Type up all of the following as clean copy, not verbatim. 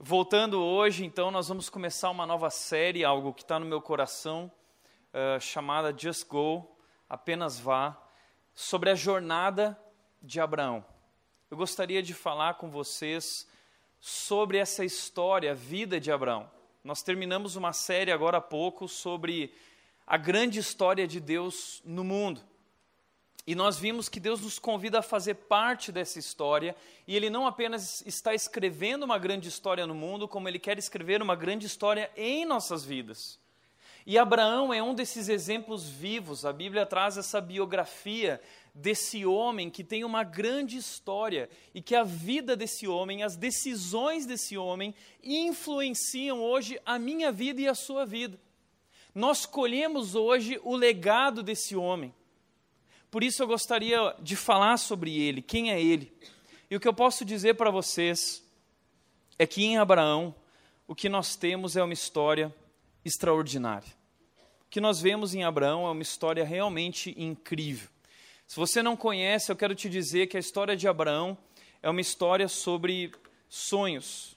Voltando hoje, então, nós vamos começar uma nova série, algo que está no meu coração, chamada Just Go, apenas vá, sobre a jornada de Abraão. Eu gostaria de falar com vocês sobre essa história, a vida de Abraão. Nós terminamos uma série agora há pouco sobre a grande história de Deus no mundo. E nós vimos que Deus nos convida a fazer parte dessa história, e Ele não apenas está escrevendo uma grande história no mundo, como Ele quer escrever uma grande história em nossas vidas. E Abraão é um desses exemplos vivos. A Bíblia traz essa biografia desse homem que tem uma grande história, e que a vida desse homem, as decisões desse homem, influenciam hoje a minha vida e a sua vida. Nós colhemos hoje o legado desse homem. Por isso eu gostaria de falar sobre ele, quem é ele. E o que eu posso dizer para vocês é que em Abraão, o que nós temos é uma história extraordinária. O que nós vemos em Abraão é uma história realmente incrível. Se você não conhece, eu quero te dizer que a história de Abraão é uma história sobre sonhos.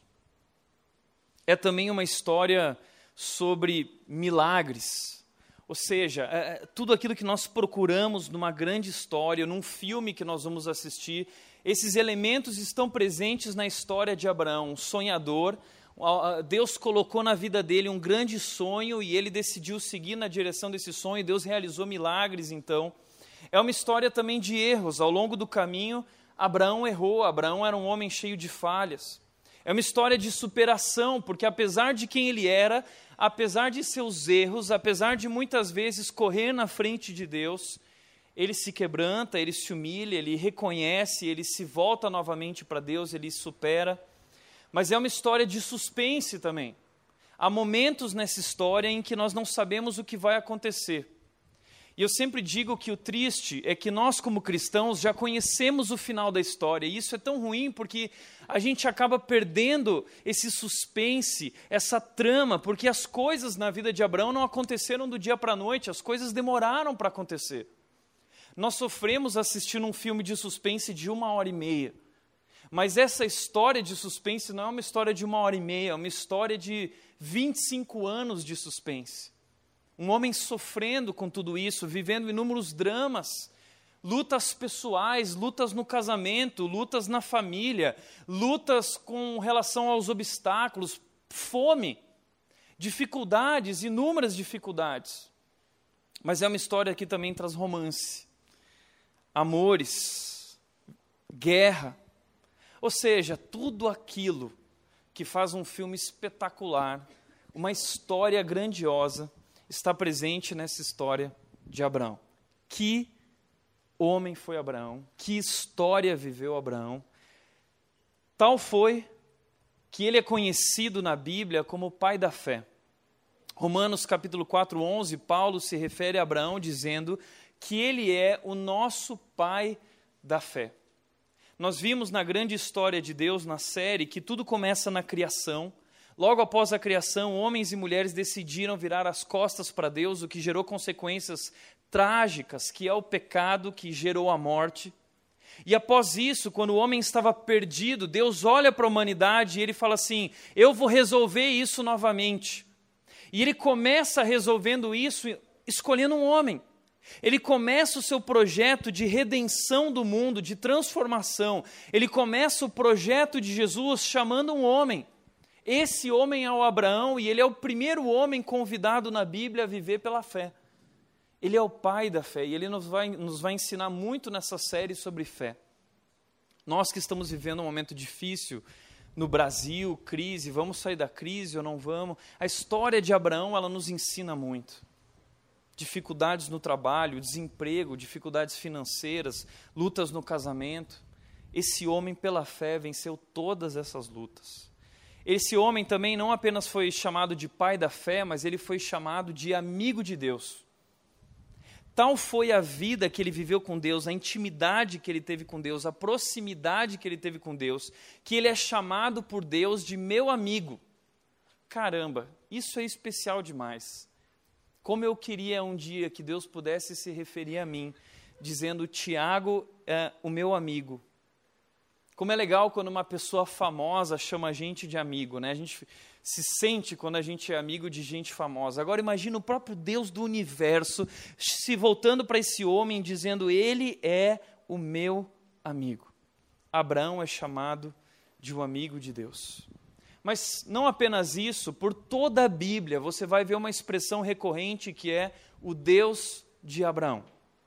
É também uma história sobre milagres. Ou seja, tudo aquilo que nós procuramos numa grande história, num filme que nós vamos assistir, esses elementos estão presentes na história de Abraão, um sonhador. Deus colocou na vida dele um grande sonho e ele decidiu seguir na direção desse sonho, e Deus realizou milagres, então. É uma história também de erros. Ao longo do caminho, Abraão errou, Abraão era um homem cheio de falhas. É uma história de superação, porque apesar de quem ele era, apesar de seus erros, apesar de muitas vezes correr na frente de Deus, ele se quebranta, ele se humilha, ele reconhece, ele se volta novamente para Deus, ele supera. Mas é uma história de suspense também. Há momentos nessa história em que nós não sabemos o que vai acontecer. E eu sempre digo que o triste é que nós, como cristãos, já conhecemos o final da história. E isso é tão ruim porque a gente acaba perdendo esse suspense, essa trama, porque as coisas na vida de Abraão não aconteceram do dia para a noite, as coisas demoraram para acontecer. Nós sofremos assistindo um filme de suspense de 1h30. Mas essa história de suspense não é uma história de 1h30, é uma história de 25 anos de suspense. Um homem sofrendo com tudo isso, vivendo inúmeros dramas, lutas pessoais, lutas no casamento, lutas na família, lutas com relação aos obstáculos, fome, dificuldades, inúmeras dificuldades. Mas é uma história que também traz romance, amores, guerra, ou seja, tudo aquilo que faz um filme espetacular, uma história grandiosa, está presente nessa história de Abraão. Que homem foi Abraão? Que história viveu Abraão? Tal foi que ele é conhecido na Bíblia como o pai da fé. Romanos capítulo 4:11, Paulo se refere a Abraão dizendo que ele é o nosso pai da fé. Nós vimos na grande história de Deus, na série, que tudo começa na criação. Logo após a criação, homens e mulheres decidiram virar as costas para Deus, o que gerou consequências trágicas, que é o pecado que gerou a morte. E após isso, quando o homem estava perdido, Deus olha para a humanidade e ele fala assim: eu vou resolver isso novamente. E ele começa resolvendo isso escolhendo um homem. Ele começa o seu projeto de redenção do mundo, de transformação. Ele começa o projeto de Jesus chamando um homem. Esse homem é o Abraão, e ele é o primeiro homem convidado na Bíblia a viver pela fé. Ele é o pai da fé, e ele nos vai ensinar muito nessa série sobre fé. Nós que estamos vivendo um momento difícil no Brasil, crise, vamos sair da crise ou não vamos? A história de Abraão, ela nos ensina muito. Dificuldades no trabalho, desemprego, dificuldades financeiras, lutas no casamento. Esse homem, pela fé, venceu todas essas lutas. Esse homem também não apenas foi chamado de pai da fé, mas ele foi chamado de amigo de Deus. Tal foi a vida que ele viveu com Deus, a intimidade que ele teve com Deus, a proximidade que ele teve com Deus, que ele é chamado por Deus de meu amigo. Caramba, isso é especial demais. Como eu queria um dia que Deus pudesse se referir a mim, dizendo: Tiago é o meu amigo. Como é legal quando uma pessoa famosa chama a gente de amigo, né? A gente se sente quando a gente é amigo de gente famosa. Agora imagina o próprio Deus do universo se voltando para esse homem dizendo, ele é o meu amigo. Abraão é chamado de um amigo de Deus. Mas não apenas isso, por toda a Bíblia você vai ver uma expressão recorrente que é o Deus de Abraão.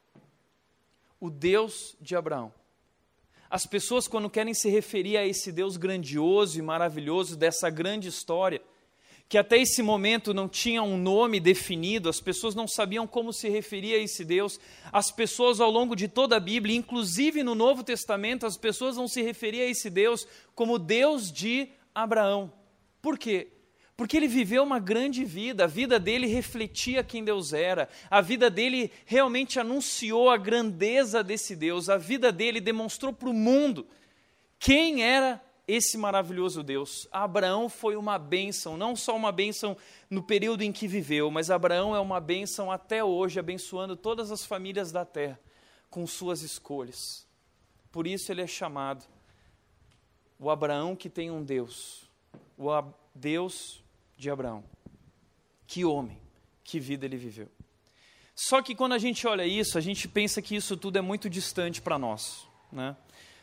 O Deus de Abraão. As pessoas, quando querem se referir a esse Deus grandioso e maravilhoso dessa grande história, que até esse momento não tinha um nome definido, as pessoas não sabiam como se referir a esse Deus, as pessoas ao longo de toda a Bíblia, inclusive no Novo Testamento, as pessoas vão se referir a esse Deus como Deus de Abraão. Por quê? Porque ele viveu uma grande vida, a vida dele refletia quem Deus era, a vida dele realmente anunciou a grandeza desse Deus, a vida dele demonstrou para o mundo quem era esse maravilhoso Deus. Abraão foi uma bênção, não só uma bênção no período em que viveu, mas Abraão é uma bênção até hoje, abençoando todas as famílias da terra com suas escolhas. Por isso ele é chamado o Abraão que tem um Deus, o Deus de Abraão. Que homem, que vida ele viveu. Só que quando a gente olha isso, a gente pensa que isso tudo é muito distante para nós, né?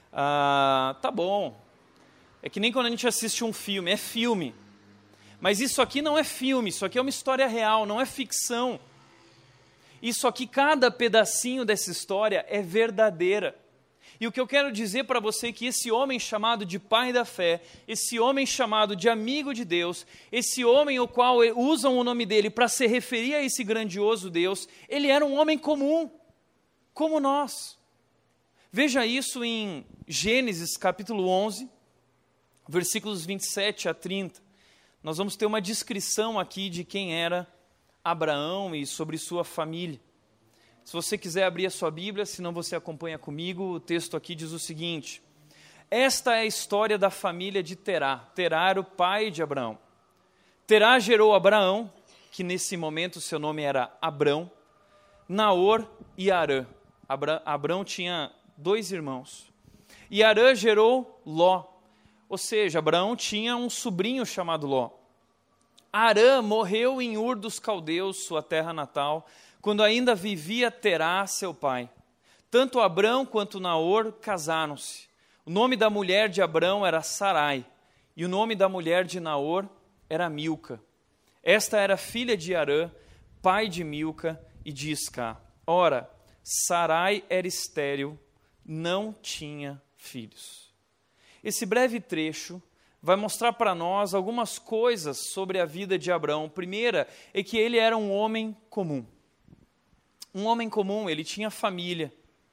Tá bom, é que nem quando a gente assiste um filme, é filme. Mas isso aqui não é filme, isso aqui é uma história real, não é ficção. Isso aqui, cada pedacinho dessa história é verdadeira. E o que eu quero dizer para você é que esse homem chamado de pai da fé, esse homem chamado de amigo de Deus, esse homem o qual usam o nome dele para se referir a esse grandioso Deus, ele era um homem comum, como nós. Veja isso em Gênesis capítulo 11, versículos 27 a 30. Nós vamos ter uma descrição aqui de quem era Abraão e sobre sua família. Se você quiser abrir a sua Bíblia, senão você acompanha comigo, o texto aqui diz o seguinte: esta é a história da família de Terá. Terá era o pai de Abraão. Terá gerou Abraão, que nesse momento seu nome era Abrão, Naor e Harã. Abrão tinha 2 irmãos. E Harã gerou Ló, ou seja, Abraão tinha um sobrinho chamado Ló. Harã morreu em Ur dos Caldeus, sua terra natal, quando ainda vivia Terá, seu pai. Tanto Abrão quanto Naor casaram-se. O nome da mulher de Abrão era Sarai, e o nome da mulher de Naor era Milca. Esta era filha de Harã, pai de Milca e de Iscá. Ora, Sarai era estéril, não tinha filhos. Esse breve trecho vai mostrar para nós algumas coisas sobre a vida de Abraão. Primeira é que ele era um homem comum. Um homem comum, ele tinha família,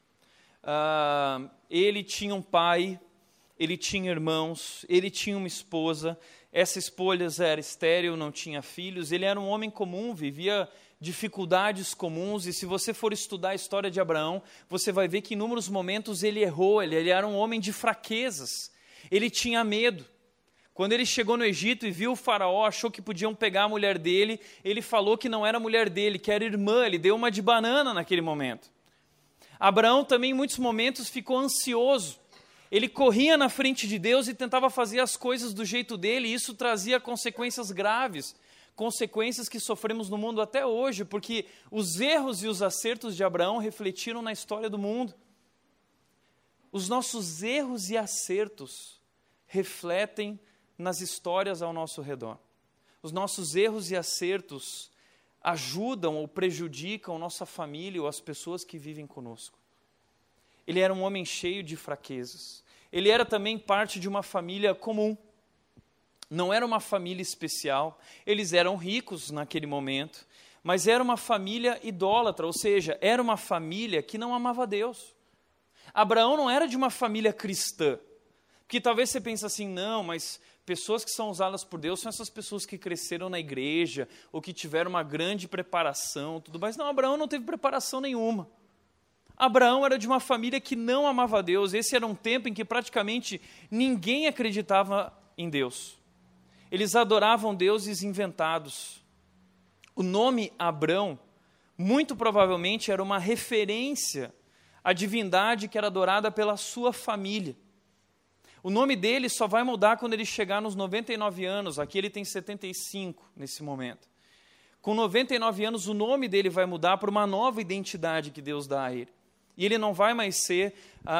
ele tinha um pai, ele tinha irmãos, ele tinha uma esposa, essa esposa era estéril, não tinha filhos, ele era um homem comum, vivia dificuldades comuns, e se você for estudar a história de Abraão, você vai ver que em inúmeros momentos ele errou, ele era um homem de fraquezas, ele tinha medo. Quando ele chegou no Egito e viu o faraó, achou que podiam pegar a mulher dele, ele falou que não era a mulher dele, que era irmã, ele deu uma de banana naquele momento. Abraão também em muitos momentos ficou ansioso, ele corria na frente de Deus e tentava fazer as coisas do jeito dele, e isso trazia consequências graves, consequências que sofremos no mundo até hoje, porque os erros e os acertos de Abraão refletiram na história do mundo. Os nossos erros e acertos refletem nas histórias ao nosso redor. Os nossos erros e acertos ajudam ou prejudicam nossa família ou as pessoas que vivem conosco. Ele era um homem cheio de fraquezas. Ele era também parte de uma família comum. Não era uma família especial. Eles eram ricos naquele momento, mas era uma família idólatra, ou seja, era uma família que não amava Deus. Abraão não era de uma família cristã, porque talvez você pense assim, não, mas pessoas que são usadas por Deus são essas pessoas que cresceram na igreja ou que tiveram uma grande preparação, tudo mais. Não, Abraão não teve preparação nenhuma. Abraão era de uma família que não amava Deus. Esse era um tempo em que praticamente ninguém acreditava em Deus. Eles adoravam deuses inventados. O nome Abrão, muito provavelmente, era uma referência à divindade que era adorada pela sua família. O nome dele só vai mudar quando ele chegar nos 99 anos. Aqui ele tem 75 nesse momento. Com 99 anos, o nome dele vai mudar para uma nova identidade que Deus dá a ele. E ele não vai mais ser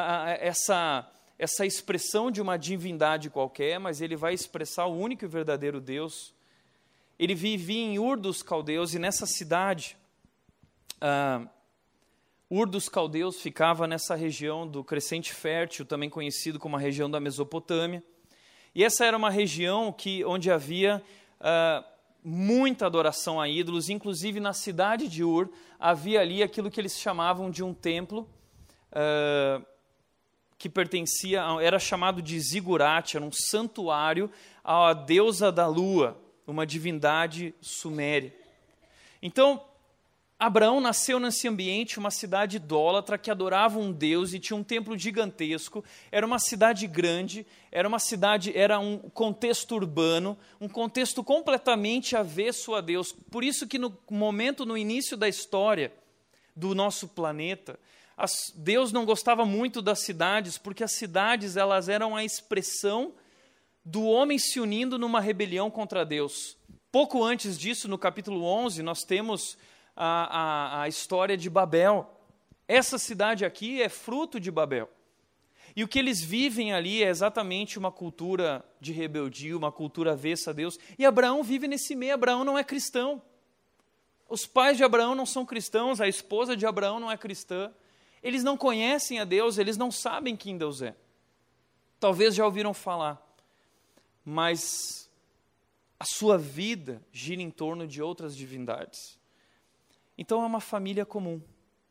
essa expressão de uma divindade qualquer, mas ele vai expressar o único e verdadeiro Deus. Ele vivia em Ur dos Caldeus, e nessa cidade, Ur dos Caldeus ficava nessa região do Crescente Fértil, também conhecido como a região da Mesopotâmia. E essa era uma região onde havia muita adoração a ídolos, inclusive na cidade de Ur, havia ali aquilo que eles chamavam de um templo, que pertencia, era chamado de Zigurate, era um santuário à deusa da lua, uma divindade suméria. Então, Abraão nasceu nesse ambiente, uma cidade idólatra que adorava um Deus e tinha um templo gigantesco. Era uma cidade grande, era um contexto urbano, um contexto completamente avesso a Deus. Por isso que no início da história do nosso planeta, Deus não gostava muito das cidades, porque as cidades elas eram a expressão do homem se unindo numa rebelião contra Deus. Pouco antes disso, no capítulo 11, nós temos a história de Babel. Essa cidade aqui é fruto de Babel. E o que eles vivem ali é exatamente uma cultura de rebeldia, uma cultura avessa a Deus. E Abraão vive nesse meio. Abraão não é cristão. Os pais de Abraão não são cristãos, a esposa de Abraão não é cristã. Eles não conhecem a Deus, eles não sabem quem Deus é. Talvez já ouviram falar, mas a sua vida gira em torno de outras divindades. Então é uma família comum,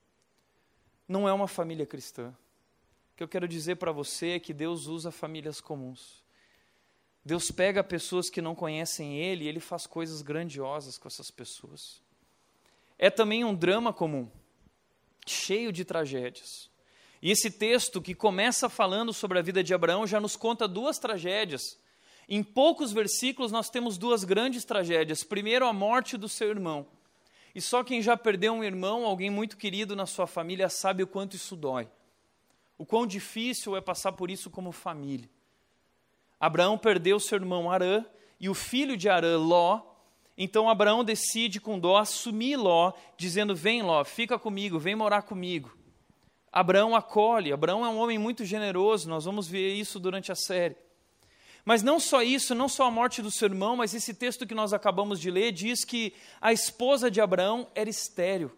não é uma família cristã. O que eu quero dizer para você é que Deus usa famílias comuns. Deus pega pessoas que não conhecem Ele e Ele faz coisas grandiosas com essas pessoas. É também um drama comum, cheio de tragédias. E esse texto que começa falando sobre a vida de Abraão já nos conta duas tragédias. Em poucos versículos nós temos duas grandes tragédias. Primeiro, a morte do seu irmão. E só quem já perdeu um irmão, alguém muito querido na sua família, sabe o quanto isso dói. O quão difícil é passar por isso como família. Abraão perdeu seu irmão Harã e o filho de Harã, Ló. Então Abraão decide com dó assumir Ló, dizendo: vem Ló, fica comigo, vem morar comigo. Abraão acolhe. Abraão é um homem muito generoso, nós vamos ver isso durante a série. Mas não só isso, não só a morte do seu irmão, mas esse texto que nós acabamos de ler diz que a esposa de Abraão era estéril.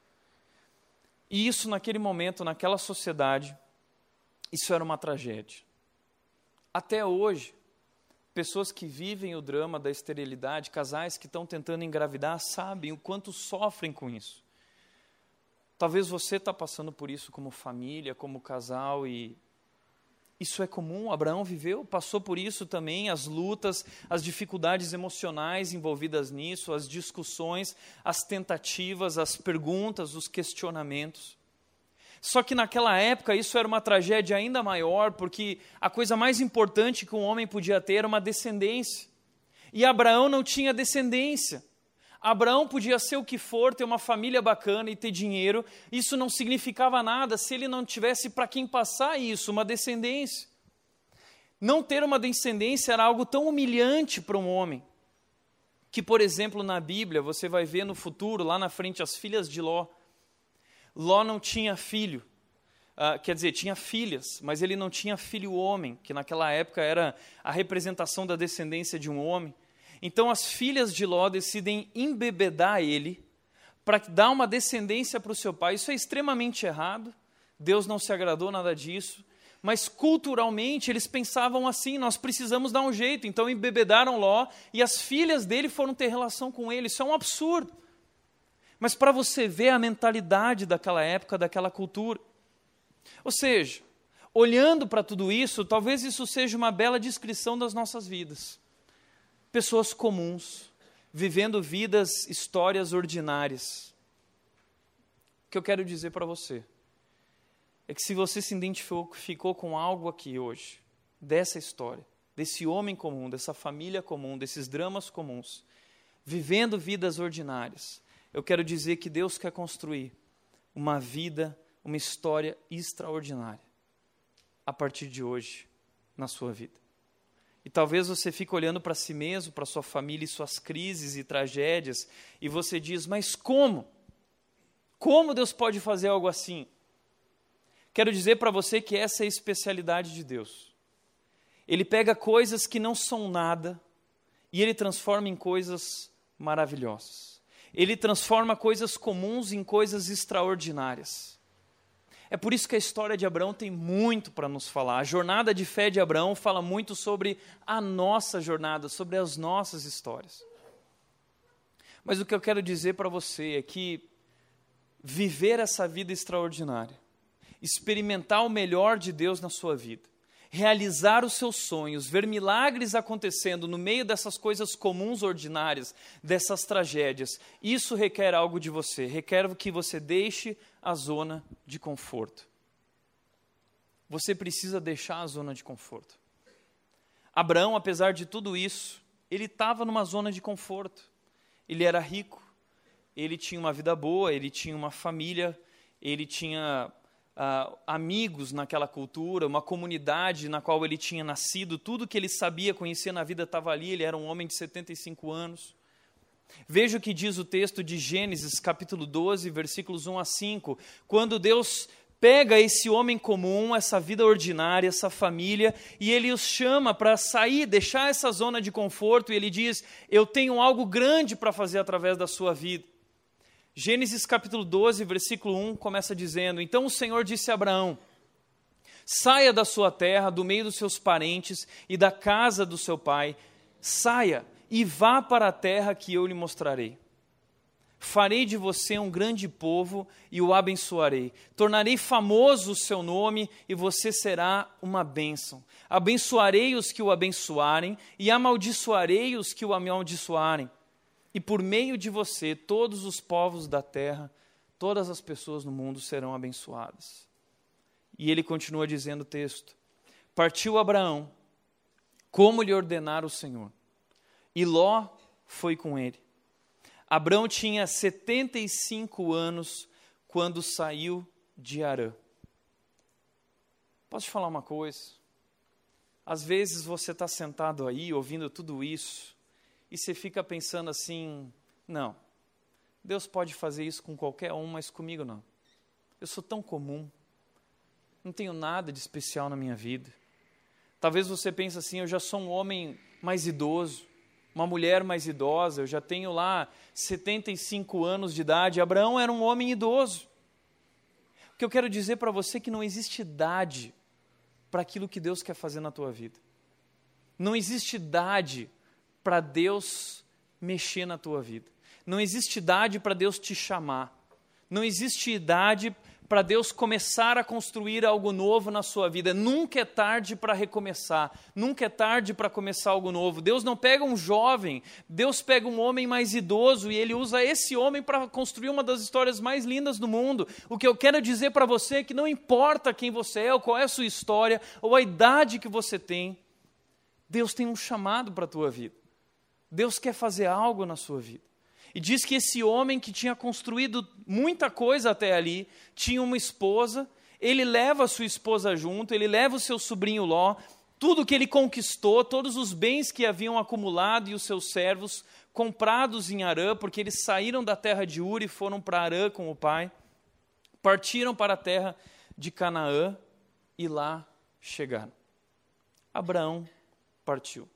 E isso naquele momento, naquela sociedade, isso era uma tragédia. Até hoje, pessoas que vivem o drama da esterilidade, casais que estão tentando engravidar, sabem o quanto sofrem com isso. Talvez você está passando por isso como família, como casal, e isso é comum. Abraão passou por isso também, as lutas, as dificuldades emocionais envolvidas nisso, as discussões, as tentativas, as perguntas, os questionamentos. Só que naquela época isso era uma tragédia ainda maior, porque a coisa mais importante que um homem podia ter era uma descendência. E Abraão não tinha descendência. Abraão podia ser o que for, ter uma família bacana e ter dinheiro, isso não significava nada se ele não tivesse para quem passar isso, uma descendência. Não ter uma descendência era algo tão humilhante para um homem, que, por exemplo, na Bíblia, você vai ver no futuro, lá na frente, as filhas de Ló. Ló não tinha filho, quer dizer, tinha filhas, mas ele não tinha filho homem, que naquela época era a representação da descendência de um homem. Então as filhas de Ló decidem embebedar ele para dar uma descendência para o seu pai. Isso é extremamente errado, Deus não se agradou nada disso, mas culturalmente eles pensavam assim: nós precisamos dar um jeito. Então embebedaram Ló e as filhas dele foram ter relação com ele. Isso é um absurdo. Mas para você ver a mentalidade daquela época, daquela cultura. Ou seja, olhando para tudo isso, talvez isso seja uma bela descrição das nossas vidas. Pessoas comuns, vivendo vidas, histórias ordinárias. O que eu quero dizer para você é que se você se identificou com algo aqui hoje, dessa história, desse homem comum, dessa família comum, desses dramas comuns, vivendo vidas ordinárias, eu quero dizer que Deus quer construir uma vida, uma história extraordinária a partir de hoje na sua vida. E talvez você fique olhando para si mesmo, para sua família e suas crises e tragédias, e você diz, mas como? Como Deus pode fazer algo assim? Quero dizer para você que essa é a especialidade de Deus. Ele pega coisas que não são nada e Ele transforma em coisas maravilhosas. Ele transforma coisas comuns em coisas extraordinárias. É por isso que a história de Abraão tem muito para nos falar. A jornada de fé de Abraão fala muito sobre a nossa jornada, sobre as nossas histórias. Mas o que eu quero dizer para você é que viver essa vida extraordinária, experimentar o melhor de Deus na sua vida, realizar os seus sonhos, ver milagres acontecendo no meio dessas coisas comuns, ordinárias, dessas tragédias, isso requer algo de você, requer que você deixe a zona de conforto. Você precisa deixar a zona de conforto. Abraão, apesar de tudo isso, ele estava numa zona de conforto. Ele era rico, ele tinha uma vida boa, ele tinha uma família, ele tinha amigos naquela cultura, uma comunidade na qual ele tinha nascido, tudo que ele sabia, conhecia na vida estava ali, ele era um homem de 75 anos. Veja o que diz o texto de Gênesis, capítulo 12, versículos 1 a 5, quando Deus pega esse homem comum, essa vida ordinária, essa família, e Ele os chama para sair, deixar essa zona de conforto, e Ele diz, eu tenho algo grande para fazer através da sua vida. Gênesis capítulo 12, versículo 1, começa dizendo, então o Senhor disse a Abraão, saia da sua terra, do meio dos seus parentes e da casa do seu pai, saia e vá para a terra que eu lhe mostrarei. Farei de você um grande povo e o abençoarei. Tornarei famoso o seu nome e você será uma bênção. Abençoarei os que o abençoarem e amaldiçoarei os que o amaldiçoarem. E por meio de você, todos os povos da terra, todas as pessoas no mundo serão abençoadas. E ele continua dizendo o texto, partiu Abraão, como lhe ordenara o Senhor, e Ló foi com ele. Abraão tinha 75 anos quando saiu de Harã. Posso te falar uma coisa? Às vezes você está sentado aí, ouvindo tudo isso, e você fica pensando assim, não, Deus pode fazer isso com qualquer um, mas comigo não. Eu sou tão comum, não tenho nada de especial na minha vida. Talvez você pense assim, eu já sou um homem mais idoso, uma mulher mais idosa, eu já tenho lá 75 anos de idade. Abraão era um homem idoso. O que eu quero dizer para você é que não existe idade para aquilo que Deus quer fazer na tua vida. Não existe idade para Deus mexer na tua vida. Não existe idade para Deus te chamar. Não existe idade para Deus começar a construir algo novo na sua vida. Nunca é tarde para recomeçar. Nunca é tarde para começar algo novo. Deus não pega um jovem, Deus pega um homem mais idoso e Ele usa esse homem para construir uma das histórias mais lindas do mundo. O que eu quero dizer para você é que não importa quem você é, ou qual é a sua história, ou a idade que você tem, Deus tem um chamado para a tua vida. Deus quer fazer algo na sua vida. E diz que esse homem que tinha construído muita coisa até ali, tinha uma esposa, ele leva a sua esposa junto, ele leva o seu sobrinho Ló, tudo que ele conquistou, todos os bens que haviam acumulado e os seus servos, comprados em Harã, porque eles saíram da terra de Ur e foram para Harã com o pai, partiram para a terra de Canaã e lá chegaram. Abraão partiu.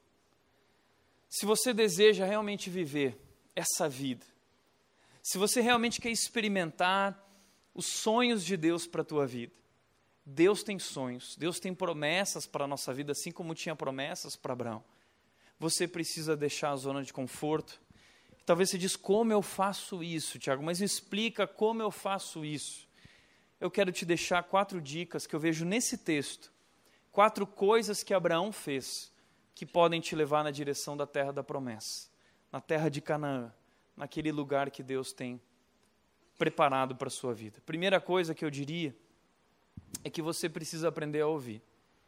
Se você deseja realmente viver essa vida, se você realmente quer experimentar os sonhos de Deus para a tua vida, Deus tem sonhos, Deus tem promessas para a nossa vida, assim como tinha promessas para Abraão. Você precisa deixar a zona de conforto. Talvez você diz, como eu faço isso, Tiago? Mas me explica como eu faço isso. Eu quero te deixar 4 dicas que eu vejo nesse texto, 4 coisas que Abraão fez, que podem te levar na direção da terra da promessa, na terra de Canaã, naquele lugar que Deus tem preparado para a sua vida. Primeira coisa que eu diria é que você precisa aprender a ouvir.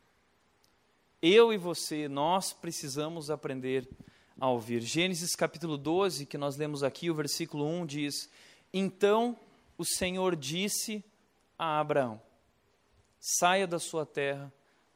Eu e você, nós precisamos aprender a ouvir. Gênesis capítulo 12, que nós lemos aqui, o versículo 1 diz, então o Senhor disse a Abraão, saia da sua terra,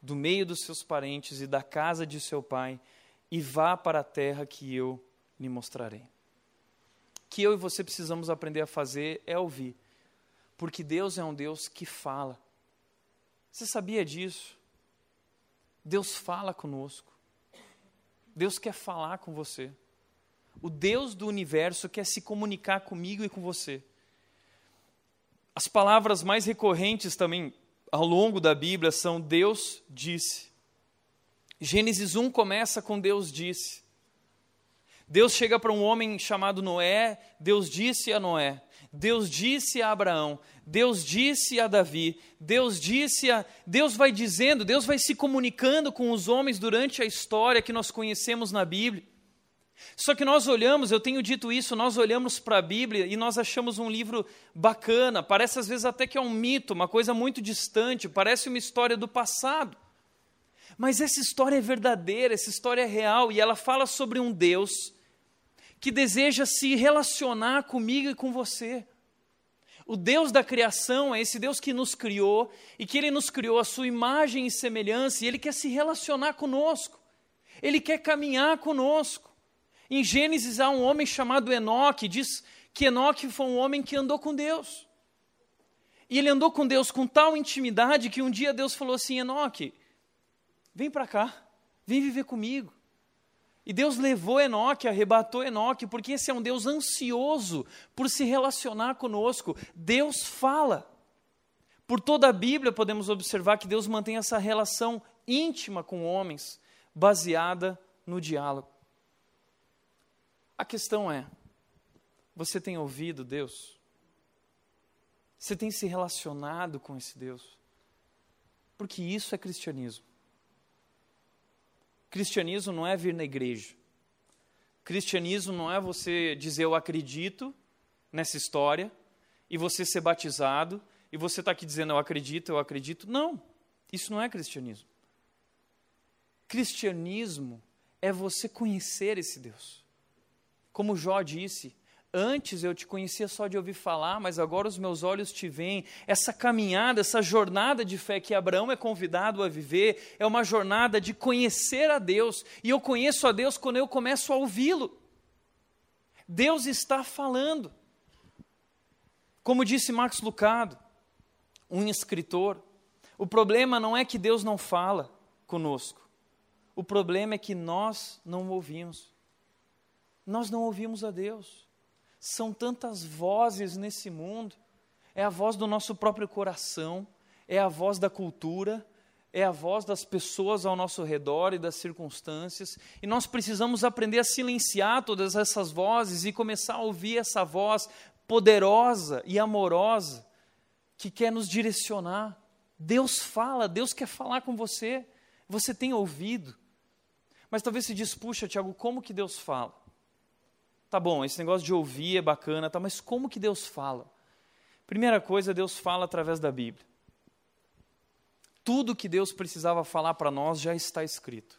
do meio dos seus parentes e da casa de seu pai, e vá para a terra que eu lhe mostrarei. O que eu e você precisamos aprender a fazer é ouvir, porque Deus é um Deus que fala. Você sabia disso? Deus fala conosco. Deus quer falar com você. O Deus do universo quer se comunicar comigo e com você. As palavras mais recorrentes também ao longo da Bíblia são Deus disse. Gênesis 1 começa com Deus disse. Deus chega para um homem chamado Noé, Deus disse a Noé. Deus disse a Abraão, Deus disse a Davi, Deus vai dizendo, Deus vai se comunicando com os homens durante a história que nós conhecemos na Bíblia. Só que nós olhamos, eu tenho dito isso, nós olhamos para a Bíblia e nós achamos um livro bacana, parece às vezes até que é um mito, uma coisa muito distante, parece uma história do passado. Mas essa história é verdadeira, essa história é real e ela fala sobre um Deus que deseja se relacionar comigo e com você. O Deus da criação é esse Deus que nos criou e que Ele nos criou à sua imagem e semelhança e Ele quer se relacionar conosco. Ele quer caminhar conosco. Em Gênesis há um homem chamado Enoque, diz que Enoque foi um homem que andou com Deus. E ele andou com Deus com tal intimidade que um dia Deus falou assim, Enoque, vem para cá, vem viver comigo. E Deus levou Enoque, arrebatou Enoque, porque esse é um Deus ansioso por se relacionar conosco. Deus fala. Por toda a Bíblia podemos observar que Deus mantém essa relação íntima com homens, baseada no diálogo. A questão é, você tem ouvido Deus? Você tem se relacionado com esse Deus? Porque isso é cristianismo. Cristianismo não é vir na igreja. Cristianismo não é você dizer eu acredito nessa história e você ser batizado e você está aqui dizendo eu acredito. Não, isso não é cristianismo. Cristianismo é você conhecer esse Deus. Como Jó disse, antes eu te conhecia só de ouvir falar, mas agora os meus olhos te veem. Essa caminhada, essa jornada de fé que Abraão é convidado a viver, é uma jornada de conhecer a Deus. E eu conheço a Deus quando eu começo a ouvi-lo. Deus está falando. Como disse Max Lucado, um escritor, o problema não é que Deus não fala conosco. O problema é que nós não ouvimos. Nós não ouvimos a Deus. São tantas vozes nesse mundo. É a voz do nosso próprio coração, é a voz da cultura, é a voz das pessoas ao nosso redor e das circunstâncias. E nós precisamos aprender a silenciar todas essas vozes e começar a ouvir essa voz poderosa e amorosa que quer nos direcionar. Deus fala, Deus quer falar com você. Você tem ouvido? Mas talvez se diz, puxa, Tiago, como que Deus fala? Tá bom, esse negócio de ouvir é bacana, tá, mas como que Deus fala? Primeira coisa, Deus fala através da Bíblia. Tudo que Deus precisava falar para nós já está escrito.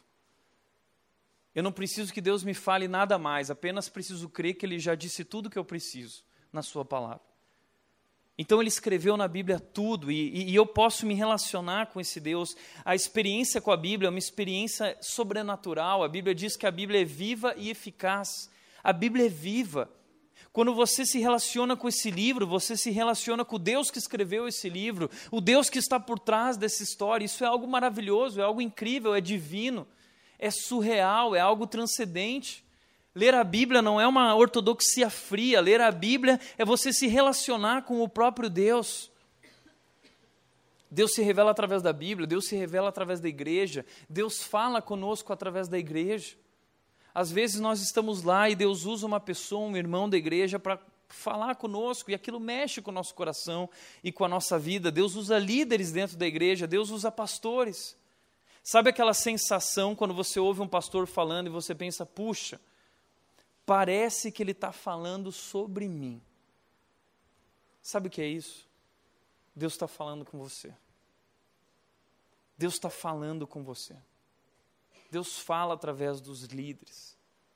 Eu não preciso que Deus me fale nada mais, apenas preciso crer que Ele já disse tudo que eu preciso na sua palavra. Então Ele escreveu na Bíblia tudo e eu posso me relacionar com esse Deus. A experiência com a Bíblia é uma experiência sobrenatural. A Bíblia diz que a Bíblia é viva e eficaz. A Bíblia é viva. Quando você se relaciona com esse livro, você se relaciona com o Deus que escreveu esse livro, o Deus que está por trás dessa história. Isso é algo maravilhoso, é algo incrível, é divino, é surreal, é algo transcendente. Ler a Bíblia não é uma ortodoxia fria, ler a Bíblia é você se relacionar com o próprio Deus. Deus se revela através da Bíblia, Deus se revela através da igreja, Deus fala conosco através da igreja. Às vezes nós estamos lá e Deus usa uma pessoa, um irmão da igreja para falar conosco e aquilo mexe com o nosso coração e com a nossa vida. Deus usa líderes dentro da igreja, Deus usa pastores. Sabe aquela sensação quando você ouve um pastor falando e você pensa, puxa, parece que ele está falando sobre mim. Sabe o que é isso? Deus está falando com você. Deus está falando com você. Deus fala através dos líderes.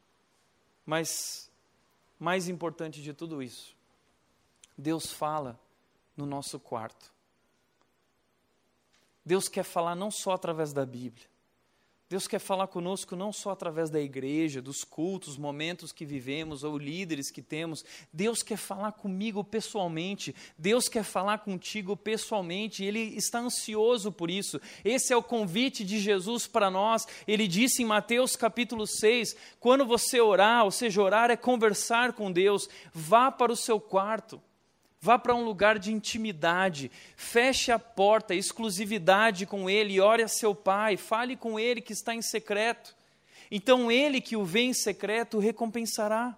Mas, mais importante de tudo isso, Deus fala no nosso quarto. Deus quer falar não só através da Bíblia. Deus quer falar conosco não só através da igreja, dos cultos, momentos que vivemos ou líderes que temos. Deus quer falar comigo pessoalmente. Deus quer falar contigo pessoalmente. Ele está ansioso por isso. Esse é o convite de Jesus para nós. Ele disse em Mateus capítulo 6, quando você orar, ou seja, orar é conversar com Deus, vá para o seu quarto. Vá para um lugar de intimidade, feche a porta, exclusividade com Ele, ore a seu Pai, fale com Ele que está em secreto. Então Ele que o vê em secreto o recompensará.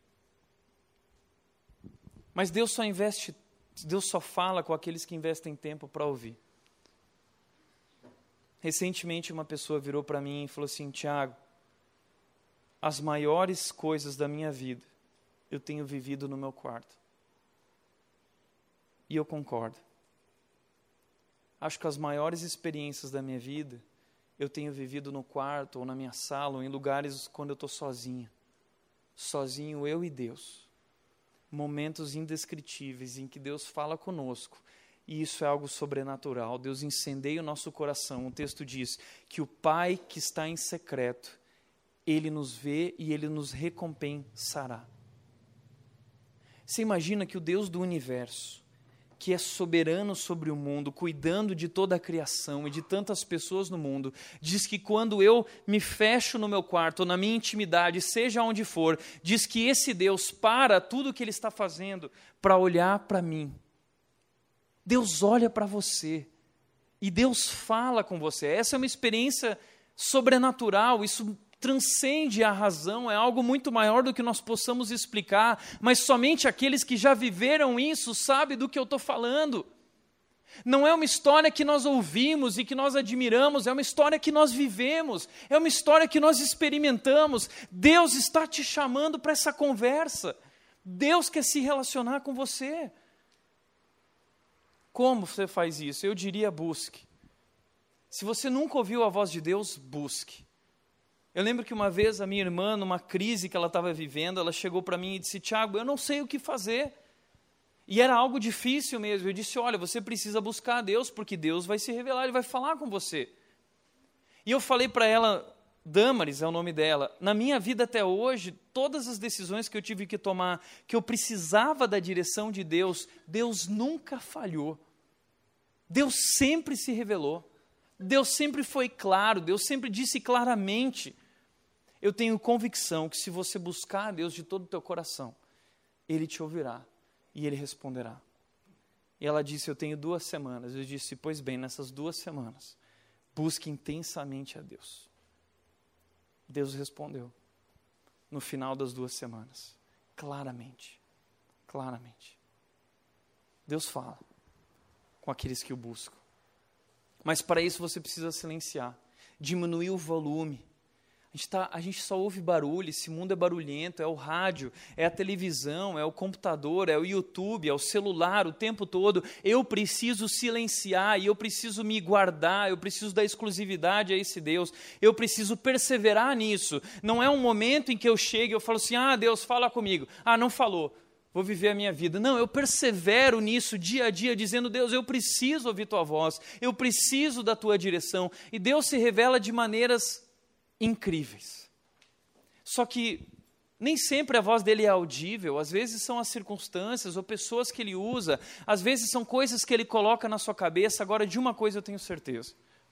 Mas Deus só fala com aqueles que investem tempo para ouvir. Recentemente uma pessoa virou para mim e falou assim, Tiago, as maiores coisas da minha vida eu tenho vivido no meu quarto. E eu concordo. Acho que as maiores experiências da minha vida eu tenho vivido no quarto, ou na minha sala, ou em lugares quando eu estou sozinho. Sozinho, eu e Deus. Momentos indescritíveis em que Deus fala conosco. E isso é algo sobrenatural. Deus incendeia o nosso coração. O texto diz que o Pai que está em secreto, Ele nos vê e Ele nos recompensará. Você imagina que o Deus do universo, que é soberano sobre o mundo, cuidando de toda a criação e de tantas pessoas no mundo, diz que quando eu me fecho no meu quarto, ou na minha intimidade, seja onde for, diz que esse Deus para tudo o que Ele está fazendo para olhar para mim. Deus olha para você e Deus fala com você. Essa é uma experiência sobrenatural, isso transcende a razão, é algo muito maior do que nós possamos explicar, mas somente aqueles que já viveram isso sabem do que eu estou falando. Não é uma história que nós ouvimos e que nós admiramos, é uma história que nós vivemos, é uma história que nós experimentamos. Deus está te chamando para essa conversa. Deus quer se relacionar com você. Como você faz isso? Eu diria busque. Se você nunca ouviu a voz de Deus, busque. Eu lembro que uma vez a minha irmã, numa crise que ela estava vivendo, ela chegou para mim e disse, Tiago, eu não sei o que fazer. E era algo difícil mesmo. Eu disse, olha, você precisa buscar a Deus, porque Deus vai se revelar, Ele vai falar com você. E eu falei para ela, Damaris é o nome dela, na minha vida até hoje, todas as decisões que eu tive que tomar, que eu precisava da direção de Deus, Deus nunca falhou. Deus sempre se revelou. Deus sempre foi claro, Deus sempre disse claramente. Eu tenho convicção que se você buscar a Deus de todo o teu coração, Ele te ouvirá e Ele responderá. E ela disse, eu tenho 2 semanas. Eu disse, pois bem, nessas 2 semanas, busque intensamente a Deus. Deus respondeu, no final das 2 semanas, claramente, claramente. Deus fala com aqueles que o buscam. Mas para isso você precisa silenciar, diminuir o volume. A gente só ouve barulho, esse mundo é barulhento, é o rádio, é a televisão, é o computador, é o YouTube, é o celular o tempo todo. Eu preciso silenciar e eu preciso me guardar, eu preciso dar exclusividade a esse Deus, eu preciso perseverar nisso. Não é um momento em que eu chego e eu falo assim, Deus, fala comigo. Não falou. Vou viver a minha vida. Não, eu persevero nisso dia a dia, dizendo, Deus, eu preciso ouvir tua voz, eu preciso da tua direção. E Deus se revela de maneiras incríveis. Só que nem sempre a voz dele é audível, às vezes são as circunstâncias ou pessoas que ele usa, às vezes são coisas que ele coloca na sua cabeça. Agora, de uma coisa eu tenho certeza.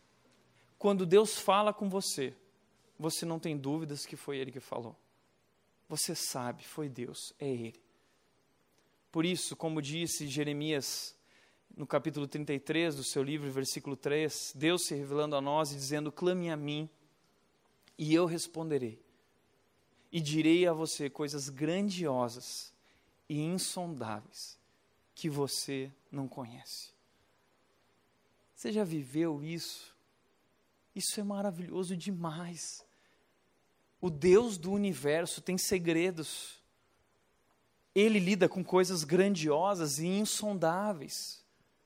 Quando Deus fala com você, você não tem dúvidas que foi Ele que falou. Você sabe, foi Deus, é Ele. Por isso, como disse Jeremias, no capítulo 33 do seu livro, versículo 3, Deus se revelando a nós e dizendo, clame a mim, e eu responderei, e direi a você coisas grandiosas e insondáveis, que você não conhece. Você já viveu isso? Isso é maravilhoso demais. O Deus do universo tem segredos. Ele lida com coisas grandiosas e insondáveis.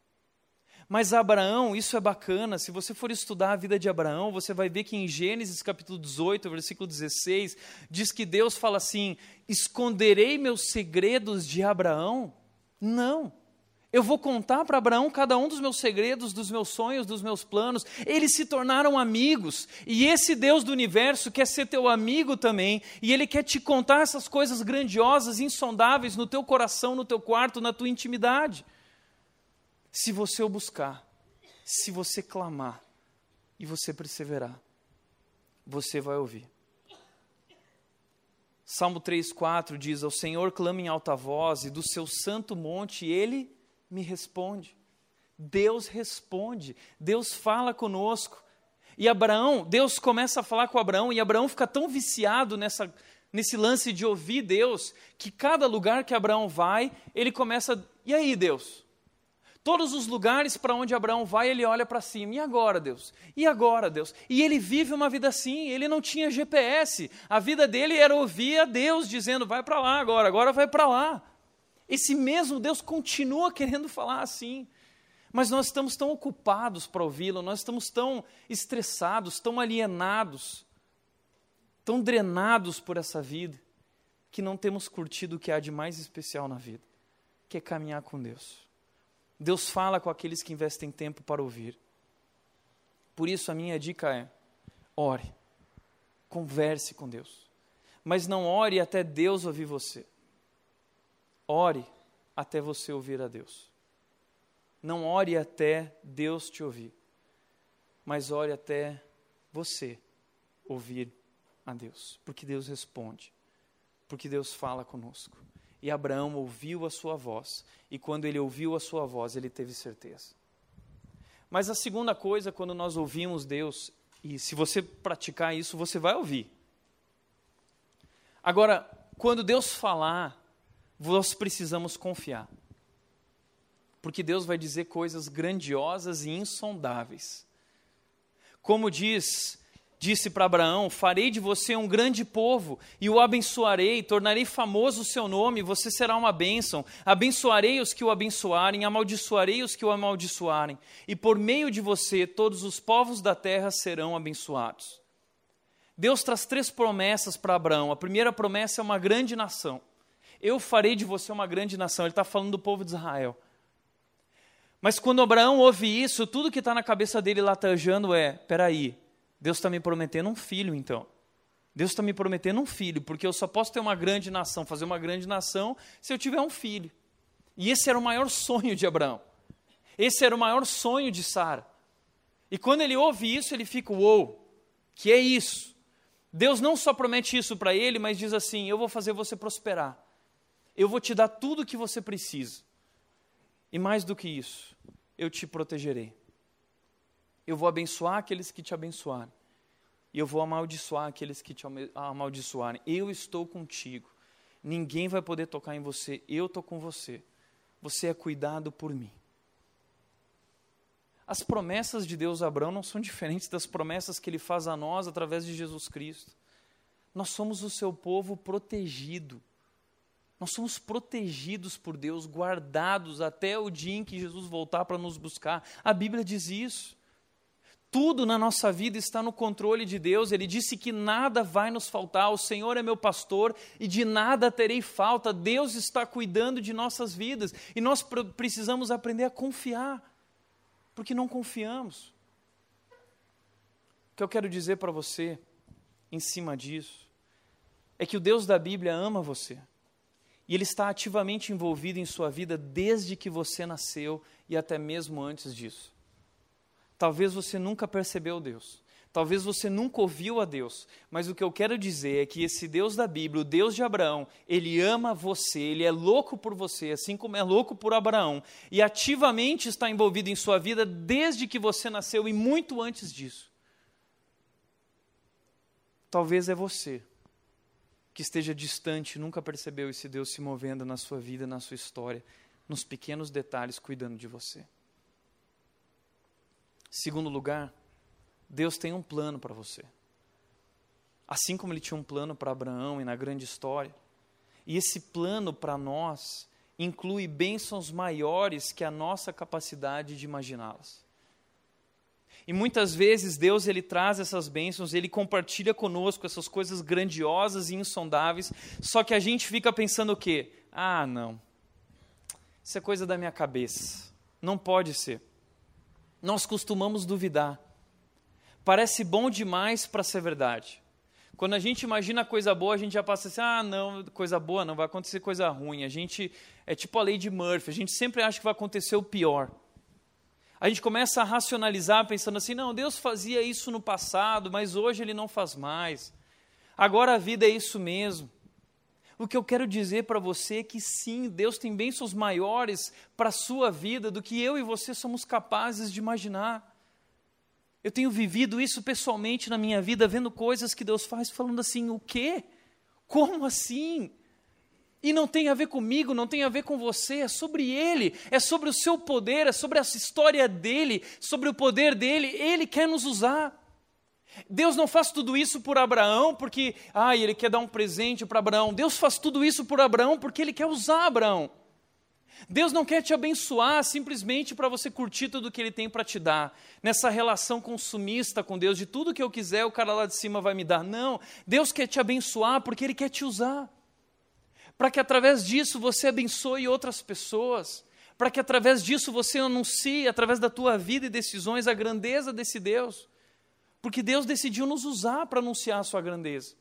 Mas Abraão, isso é bacana, se você for estudar a vida de Abraão, você vai ver que em Gênesis capítulo 18, versículo 16, diz que Deus fala assim, esconderei meus segredos de Abraão? Não, Eu vou contar para Abraão cada um dos meus segredos, dos meus sonhos, dos meus planos. Eles se tornaram amigos. E esse Deus do universo quer ser teu amigo também. E Ele quer te contar essas coisas grandiosas, insondáveis no teu coração, no teu quarto, na tua intimidade. Se você o buscar, se você clamar e você perseverar, você vai ouvir. Salmo 3,4 diz: ao Senhor clama em alta voz e do seu santo monte Ele me responde. Deus responde, Deus fala conosco. E Abraão, Deus começa a falar com Abraão, e Abraão fica tão viciado nesse lance de ouvir Deus, que cada lugar que Abraão vai, ele começa, e aí Deus? Todos os lugares para onde Abraão vai, ele olha para cima, e agora Deus? E agora Deus? E ele vive uma vida assim, ele não tinha GPS, a vida dele era ouvir a Deus dizendo, vai para lá agora vai para lá. Esse mesmo Deus continua querendo falar assim, mas nós estamos tão ocupados para ouvi-lo, nós estamos tão estressados, tão alienados, tão drenados por essa vida, que não temos curtido o que há de mais especial na vida, que é caminhar com Deus. Deus fala com aqueles que investem tempo para ouvir. Por isso a minha dica é, ore, converse com Deus, mas não ore até Deus ouvir você. Ore até você ouvir a Deus. Não ore até Deus te ouvir, mas ore até você ouvir a Deus, porque Deus responde, porque Deus fala conosco. E Abraão ouviu a sua voz, e quando ele ouviu a sua voz, ele teve certeza. Mas a segunda coisa, quando nós ouvimos Deus, e se você praticar isso, você vai ouvir. Agora, quando Deus falar, nós precisamos confiar, porque Deus vai dizer coisas grandiosas e insondáveis. Como disse para Abraão, farei de você um grande povo, e o abençoarei, tornarei famoso o seu nome, você será uma bênção, abençoarei os que o abençoarem, amaldiçoarei os que o amaldiçoarem, e por meio de você todos os povos da terra serão abençoados. Deus traz 3 promessas para Abraão. A primeira promessa é uma grande nação. Eu farei de você uma grande nação. Ele está falando do povo de Israel. Mas quando Abraão ouve isso, tudo que está na cabeça dele latejando é, peraí, Deus está me prometendo um filho então. Deus está me prometendo um filho, porque eu só posso ter uma grande nação, fazer uma grande nação, se eu tiver um filho. E esse era o maior sonho de Abraão. Esse era o maior sonho de Sara. E quando ele ouve isso, ele fica, uou, que é isso? Deus não só promete isso para ele, mas diz assim, eu vou fazer você prosperar. Eu vou te dar tudo o que você precisa. E mais do que isso, eu te protegerei. Eu vou abençoar aqueles que te abençoarem. E eu vou amaldiçoar aqueles que te amaldiçoarem. Eu estou contigo. Ninguém vai poder tocar em você. Eu estou com você. Você é cuidado por mim. As promessas de Deus a Abraão não são diferentes das promessas que Ele faz a nós através de Jesus Cristo. Nós somos o seu povo protegido. Nós somos protegidos por Deus, guardados até o dia em que Jesus voltar para nos buscar. A Bíblia diz isso. Tudo na nossa vida está no controle de Deus. Ele disse que nada vai nos faltar. O Senhor é meu pastor e de nada terei falta. Deus está cuidando de nossas vidas. E nós precisamos aprender a confiar, porque não confiamos. O que eu quero dizer para você, em cima disso, é que o Deus da Bíblia ama você. E Ele está ativamente envolvido em sua vida desde que você nasceu e até mesmo antes disso. Talvez você nunca percebeu Deus. Talvez você nunca ouviu a Deus. Mas o que eu quero dizer é que esse Deus da Bíblia, o Deus de Abraão, Ele ama você, Ele é louco por você, assim como é louco por Abraão. E ativamente está envolvido em sua vida desde que você nasceu e muito antes disso. Talvez é você que esteja distante, nunca percebeu esse Deus se movendo na sua vida, na sua história, nos pequenos detalhes, cuidando de você. Segundo lugar, Deus tem um plano para você. Assim como Ele tinha um plano para Abraão e na grande história. E esse plano para nós inclui bênçãos maiores que a nossa capacidade de imaginá-las. E muitas vezes Deus Ele traz essas bênçãos, Ele compartilha conosco essas coisas grandiosas e insondáveis, só que a gente fica pensando o quê? Ah, não. Isso é coisa da minha cabeça. Não pode ser. Nós costumamos duvidar. Parece bom demais para ser verdade. Quando a gente imagina coisa boa, a gente já passa assim, não, coisa boa não, vai acontecer coisa ruim. A gente, é tipo a lei de Murphy, a gente sempre acha que vai acontecer o pior. A gente começa a racionalizar pensando assim, não, Deus fazia isso no passado, mas hoje Ele não faz mais. Agora a vida é isso mesmo. O que eu quero dizer para você é que sim, Deus tem bênçãos maiores para a sua vida do que eu e você somos capazes de imaginar. Eu tenho vivido isso pessoalmente na minha vida, vendo coisas que Deus faz, falando assim, o quê? Como assim? E não tem a ver comigo, não tem a ver com você, é sobre Ele, é sobre o seu poder, é sobre essa história dEle, sobre o poder dEle, Ele quer nos usar. Deus não faz tudo isso por Abraão porque, Ele quer dar um presente para Abraão. Deus faz tudo isso por Abraão porque Ele quer usar Abraão. Deus não quer te abençoar simplesmente para você curtir tudo o que Ele tem para te dar. Nessa relação consumista com Deus, de tudo que eu quiser, o cara lá de cima vai me dar. Não, Deus quer te abençoar porque Ele quer te usar. Para que através disso você abençoe outras pessoas. Para que através disso você anuncie, através da tua vida e decisões, a grandeza desse Deus. Porque Deus decidiu nos usar para anunciar a sua grandeza.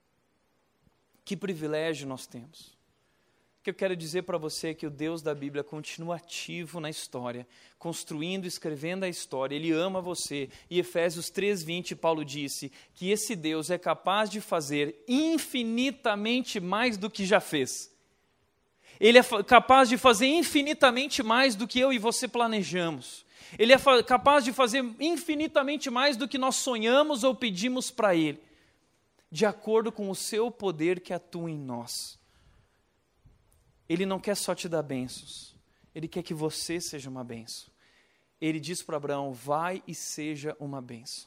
Que privilégio nós temos. O que eu quero dizer para você é que o Deus da Bíblia continua ativo na história, construindo, escrevendo a história. Ele ama você. E Efésios 3:20, Paulo disse que esse Deus é capaz de fazer infinitamente mais do que já fez. Ele é capaz de fazer infinitamente mais do que eu e você planejamos. Ele é capaz de fazer infinitamente mais do que nós sonhamos ou pedimos para Ele, de acordo com o seu poder que atua em nós. Ele não quer só te dar bênçãos, Ele quer que você seja uma bênção. Ele diz para Abraão, vai e seja uma bênção.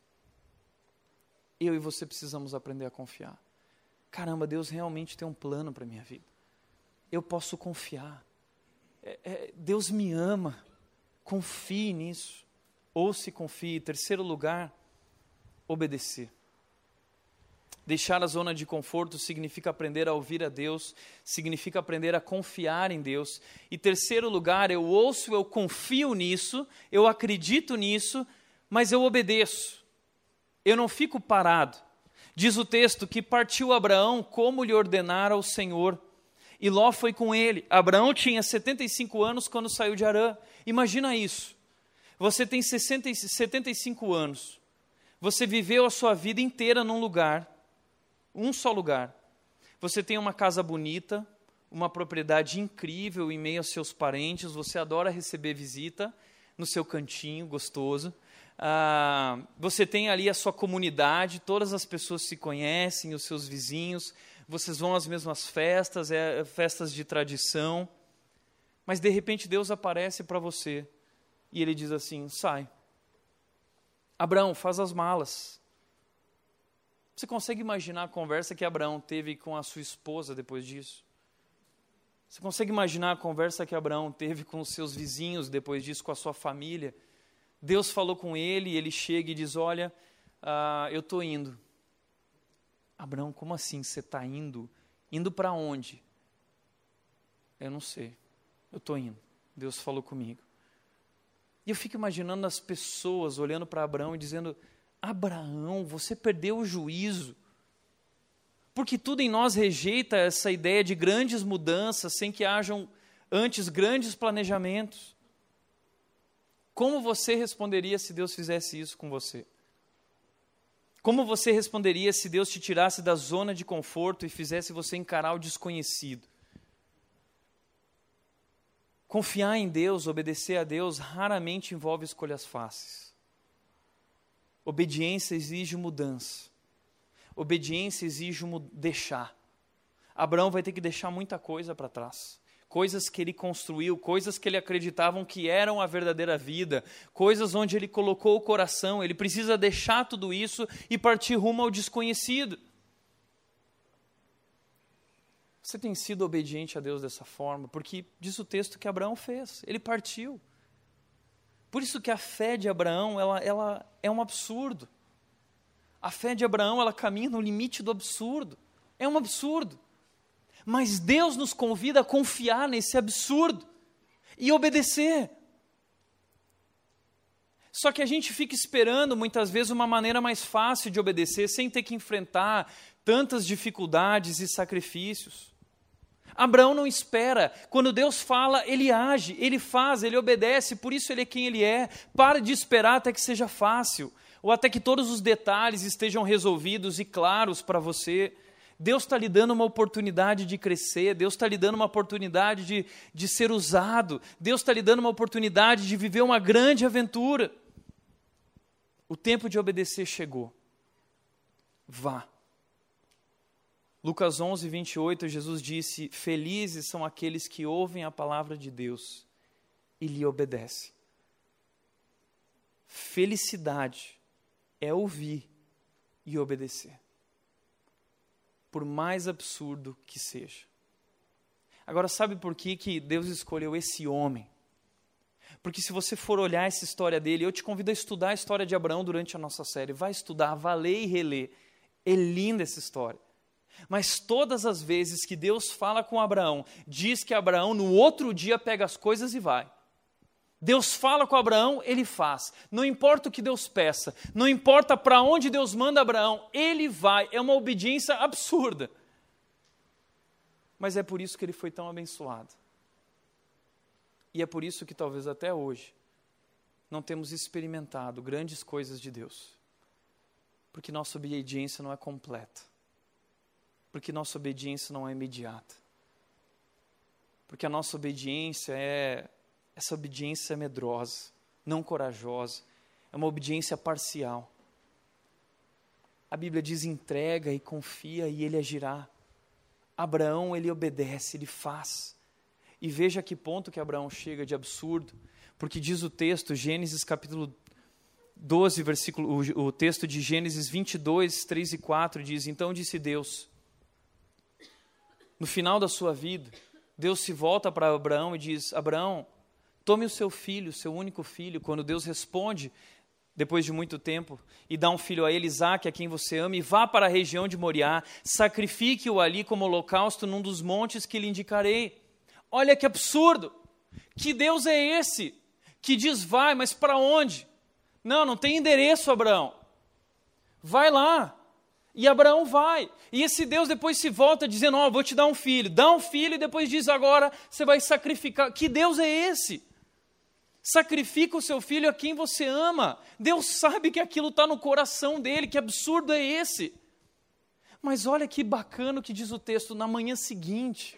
Eu e você precisamos aprender a confiar. Caramba, Deus realmente tem um plano para a minha vida. Eu posso confiar. Deus me ama. Confie nisso. Ou se confie. Terceiro lugar, obedecer. Deixar a zona de conforto significa aprender a ouvir a Deus, significa aprender a confiar em Deus. E terceiro lugar, eu ouço, eu confio nisso, eu acredito nisso, mas eu obedeço. Eu não fico parado. Diz o texto que partiu Abraão como lhe ordenara o Senhor. E Ló foi com ele. Abraão tinha 75 anos quando saiu de Harã. Imagina isso. Você tem 75 anos. Você viveu a sua vida inteira num lugar, um só lugar. Você tem uma casa bonita, uma propriedade incrível em meio aos seus parentes, você adora receber visita no seu cantinho gostoso. Você tem ali a sua comunidade, todas as pessoas se conhecem, os seus vizinhos, vocês vão às mesmas festas, festas de tradição. Mas de repente Deus aparece para você e Ele diz assim, sai. Abraão, faz as malas. Você consegue imaginar a conversa que Abraão teve com a sua esposa depois disso? Você consegue imaginar a conversa que Abraão teve com os seus vizinhos depois disso, com a sua família? Deus falou com ele e ele chega e diz, olha, eu estou indo. Abraão, como assim você está indo? Indo para onde? Eu não sei, eu estou indo. Deus falou comigo. E eu fico imaginando as pessoas olhando para Abraão e dizendo, Abraão, você perdeu o juízo. Porque tudo em nós rejeita essa ideia de grandes mudanças sem que hajam antes grandes planejamentos. Como você responderia se Deus fizesse isso com você? Como você responderia se Deus te tirasse da zona de conforto e fizesse você encarar o desconhecido? Confiar em Deus, obedecer a Deus, raramente envolve escolhas fáceis. Obediência exige mudança. Obediência exige deixar. Abraão vai ter que deixar muita coisa para trás. Coisas que ele construiu, coisas que ele acreditavam que eram a verdadeira vida, coisas onde ele colocou o coração. Ele precisa deixar tudo isso e partir rumo ao desconhecido. Você tem sido obediente a Deus dessa forma? Porque diz o texto que Abraão fez. Ele partiu. Por isso que a fé de Abraão, ela é um absurdo. A fé de Abraão, ela caminha no limite do absurdo. É um absurdo. Mas Deus nos convida a confiar nesse absurdo. e obedecer. Só que a gente fica esperando, muitas vezes, uma maneira mais fácil de obedecer, sem ter que enfrentar tantas dificuldades e sacrifícios. Abraão não espera. Quando Deus fala, ele age, ele faz, ele obedece, por isso ele é quem ele é. Para de esperar até que seja fácil, ou até que todos os detalhes estejam resolvidos e claros para você. Deus está lhe dando uma oportunidade de crescer, Deus está lhe dando uma oportunidade de ser usado, Deus está lhe dando uma oportunidade de viver uma grande aventura. O tempo de obedecer chegou. Vá. Lucas 11, 28, Jesus disse: felizes são aqueles que ouvem a palavra de Deus e lhe obedecem. Felicidade é ouvir e obedecer, por mais absurdo que seja. Agora, sabe por que Deus escolheu esse homem? Porque se você for olhar essa história dele, eu te convido a estudar a história de Abraão durante a nossa série. Vai estudar, vai ler e reler. É linda essa história. Mas todas as vezes que Deus fala com Abraão, diz que Abraão no outro dia pega as coisas e vai. Deus fala com Abraão, ele faz. Não importa o que Deus peça, não importa para onde Deus manda Abraão, ele vai. É uma obediência absurda. Mas é por isso que ele foi tão abençoado. E é por isso que talvez até hoje não temos experimentado grandes coisas de Deus. Porque nossa obediência não é completa. Porque nossa obediência não é imediata. Porque a nossa obediência essa obediência medrosa, não corajosa. É uma obediência parcial. A Bíblia diz: entrega e confia e ele agirá. Abraão, ele obedece, ele faz. E veja a que ponto que Abraão chega de absurdo, porque diz o texto, Gênesis capítulo 12, o texto de Gênesis 22, 3 e 4 diz: então disse Deus, no final da sua vida, Deus se volta para Abraão e diz: Abraão, tome o seu filho, o seu único filho. Quando Deus responde, depois de muito tempo, e dá um filho a ele, Isaque, a quem você ama, e vá para a região de Moriá, sacrifique-o ali como holocausto num dos montes que lhe indicarei. Olha que absurdo! Que Deus é esse? Que diz vai, mas para onde? Não tem endereço, Abraão. Vai lá. E Abraão vai. E esse Deus depois se volta dizendo: vou te dar um filho. Dá um filho e depois diz: agora você vai sacrificar. Que Deus é esse? Sacrifica o seu filho a quem você ama. Deus sabe que aquilo está no coração dele. Que absurdo é esse? Mas olha que bacana o que diz o texto. Na manhã seguinte,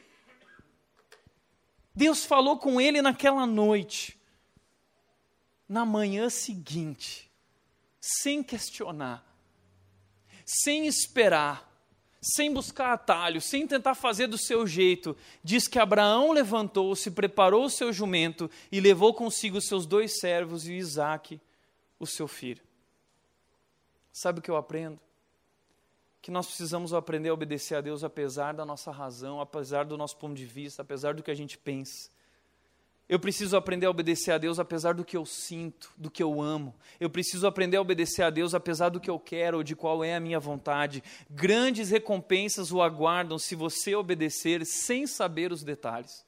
Deus falou com ele naquela noite. Na manhã seguinte, sem questionar, sem esperar, sem buscar atalho, sem tentar fazer do seu jeito, diz que Abraão levantou-se, preparou o seu jumento e levou consigo os seus 2 servos e Isaque, o seu filho. Sabe o que eu aprendo? Que nós precisamos aprender a obedecer a Deus apesar da nossa razão, apesar do nosso ponto de vista, apesar do que a gente pensa. Eu preciso aprender a obedecer a Deus apesar do que eu sinto, do que eu amo. Eu preciso aprender a obedecer a Deus apesar do que eu quero ou de qual é a minha vontade. Grandes recompensas o aguardam se você obedecer sem saber os detalhes.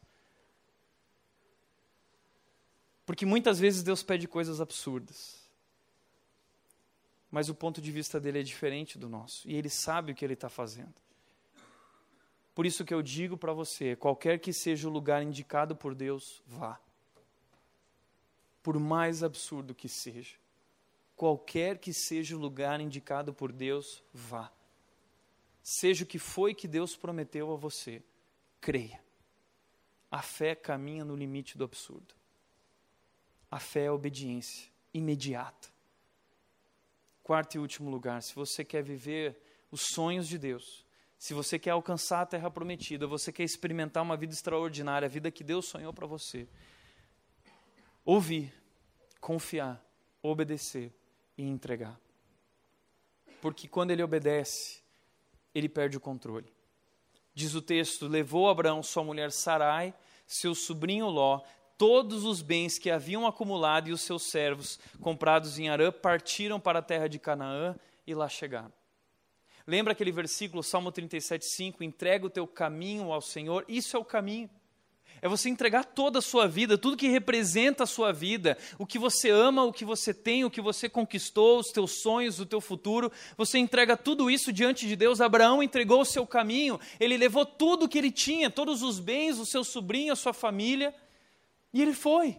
Porque muitas vezes Deus pede coisas absurdas. Mas o ponto de vista dele é diferente do nosso. E ele sabe o que ele está fazendo. Por isso que eu digo para você, qualquer que seja o lugar indicado por Deus, vá. Por mais absurdo que seja. Qualquer que seja o lugar indicado por Deus, vá. Seja o que foi que Deus prometeu a você, creia. A fé caminha no limite do absurdo. A fé é obediência imediata. 4º e último lugar, se você quer viver os sonhos de Deus, se você quer alcançar a terra prometida, você quer experimentar uma vida extraordinária, a vida que Deus sonhou para você, ouvir, confiar, obedecer e entregar. Porque quando ele obedece, ele perde o controle. Diz o texto: levou Abraão sua mulher Sarai, seu sobrinho Ló, todos os bens que haviam acumulado e os seus servos, comprados em Harã, partiram para a terra de Canaã e lá chegaram. Lembra aquele versículo, Salmo 37:5, entrega o teu caminho ao Senhor? Isso é o caminho. É você entregar toda a sua vida, tudo que representa a sua vida, o que você ama, o que você tem, o que você conquistou, os teus sonhos, o teu futuro, você entrega tudo isso diante de Deus. Abraão entregou o seu caminho, ele levou tudo que ele tinha, todos os bens, o seu sobrinho, a sua família, e ele foi.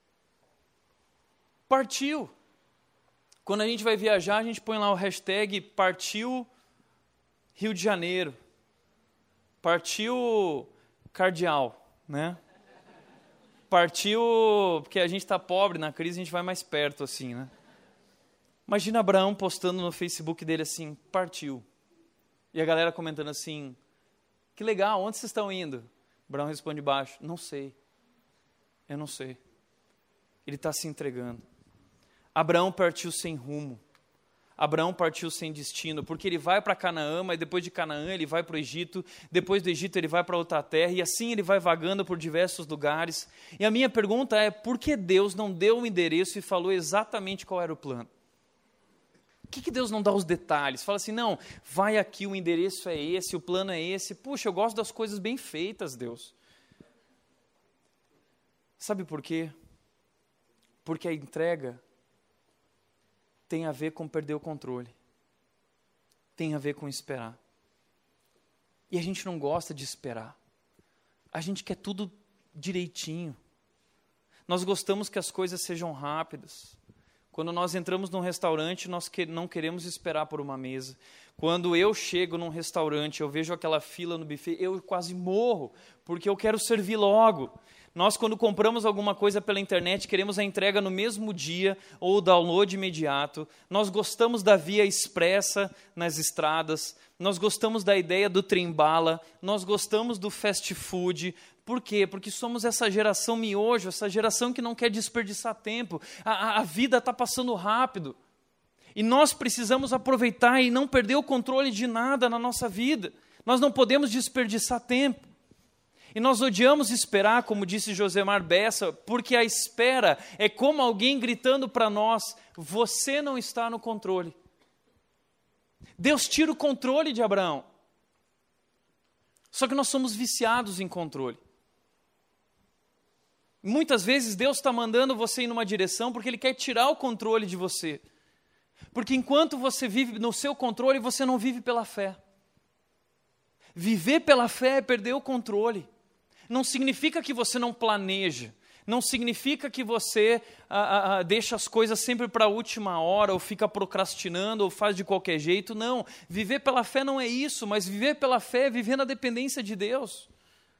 Partiu. Quando a gente vai viajar, a gente põe lá o hashtag partiu Rio de Janeiro, partiu Cardeal, né? Partiu, porque a gente está pobre, na crise a gente vai mais perto assim, né? Imagina Abraão postando no Facebook dele assim, partiu. E a galera comentando assim, que legal, onde vocês estão indo? Abraão responde baixo, não sei, eu não sei. Ele está se entregando. Abraão partiu sem rumo. Abraão partiu sem destino, porque ele vai para Canaã, mas depois de Canaã ele vai para o Egito, depois do Egito ele vai para outra terra, e assim ele vai vagando por diversos lugares. E a minha pergunta é, por que Deus não deu o endereço e falou exatamente qual era o plano? Por que Deus não dá os detalhes? Fala assim, não, vai aqui, o endereço é esse, o plano é esse. Puxa, eu gosto das coisas bem feitas, Deus. Sabe por quê? Porque a entrega tem a ver com perder o controle. Tem a ver com esperar. E a gente não gosta de esperar. A gente quer tudo direitinho. Nós gostamos que as coisas sejam rápidas. Quando nós entramos num restaurante, nós não queremos esperar por uma mesa. Quando eu chego num restaurante, eu vejo aquela fila no buffet, eu quase morro, porque eu quero servir logo. Nós, quando compramos alguma coisa pela internet, queremos a entrega no mesmo dia ou o download imediato. Nós gostamos da via expressa nas estradas. Nós gostamos da ideia do trem-bala. Nós gostamos do fast food. Por quê? Porque somos essa geração miojo, essa geração que não quer desperdiçar tempo. A vida está passando rápido. E nós precisamos aproveitar e não perder o controle de nada na nossa vida. Nós não podemos desperdiçar tempo. E nós odiamos esperar, como disse Josemar Bessa, porque a espera é como alguém gritando para nós, você não está no controle. Deus tira o controle de Abraão. Só que nós somos viciados em controle. Muitas vezes Deus está mandando você ir numa direção porque Ele quer tirar o controle de você. Porque enquanto você vive no seu controle, você não vive pela fé. Viver pela fé é perder o controle. Não significa que você não planeja, não significa que você deixa as coisas sempre para a última hora, ou fica procrastinando, ou faz de qualquer jeito. Não, viver pela fé não é isso, mas viver pela fé é viver na dependência de Deus.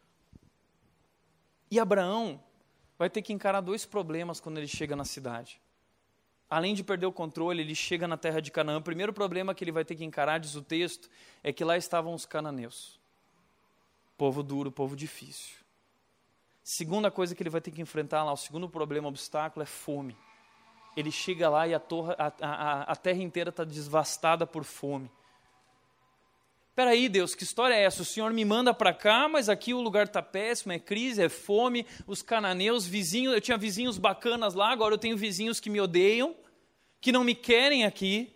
E Abraão vai ter que encarar 2 problemas quando ele chega na cidade. Além de perder o controle, ele chega na terra de Canaã. O primeiro problema que ele vai ter que encarar, diz o texto, é que lá estavam os cananeus. Povo duro, povo difícil. Segunda coisa que ele vai ter que enfrentar lá, o segundo problema, obstáculo, é fome. Ele chega lá e a terra inteira está devastada por fome. Espera aí, Deus, que história é essa? O Senhor me manda para cá, mas aqui o lugar está péssimo, é crise, é fome, os cananeus, vizinhos, eu tinha vizinhos bacanas lá, agora eu tenho vizinhos que me odeiam, que não me querem aqui.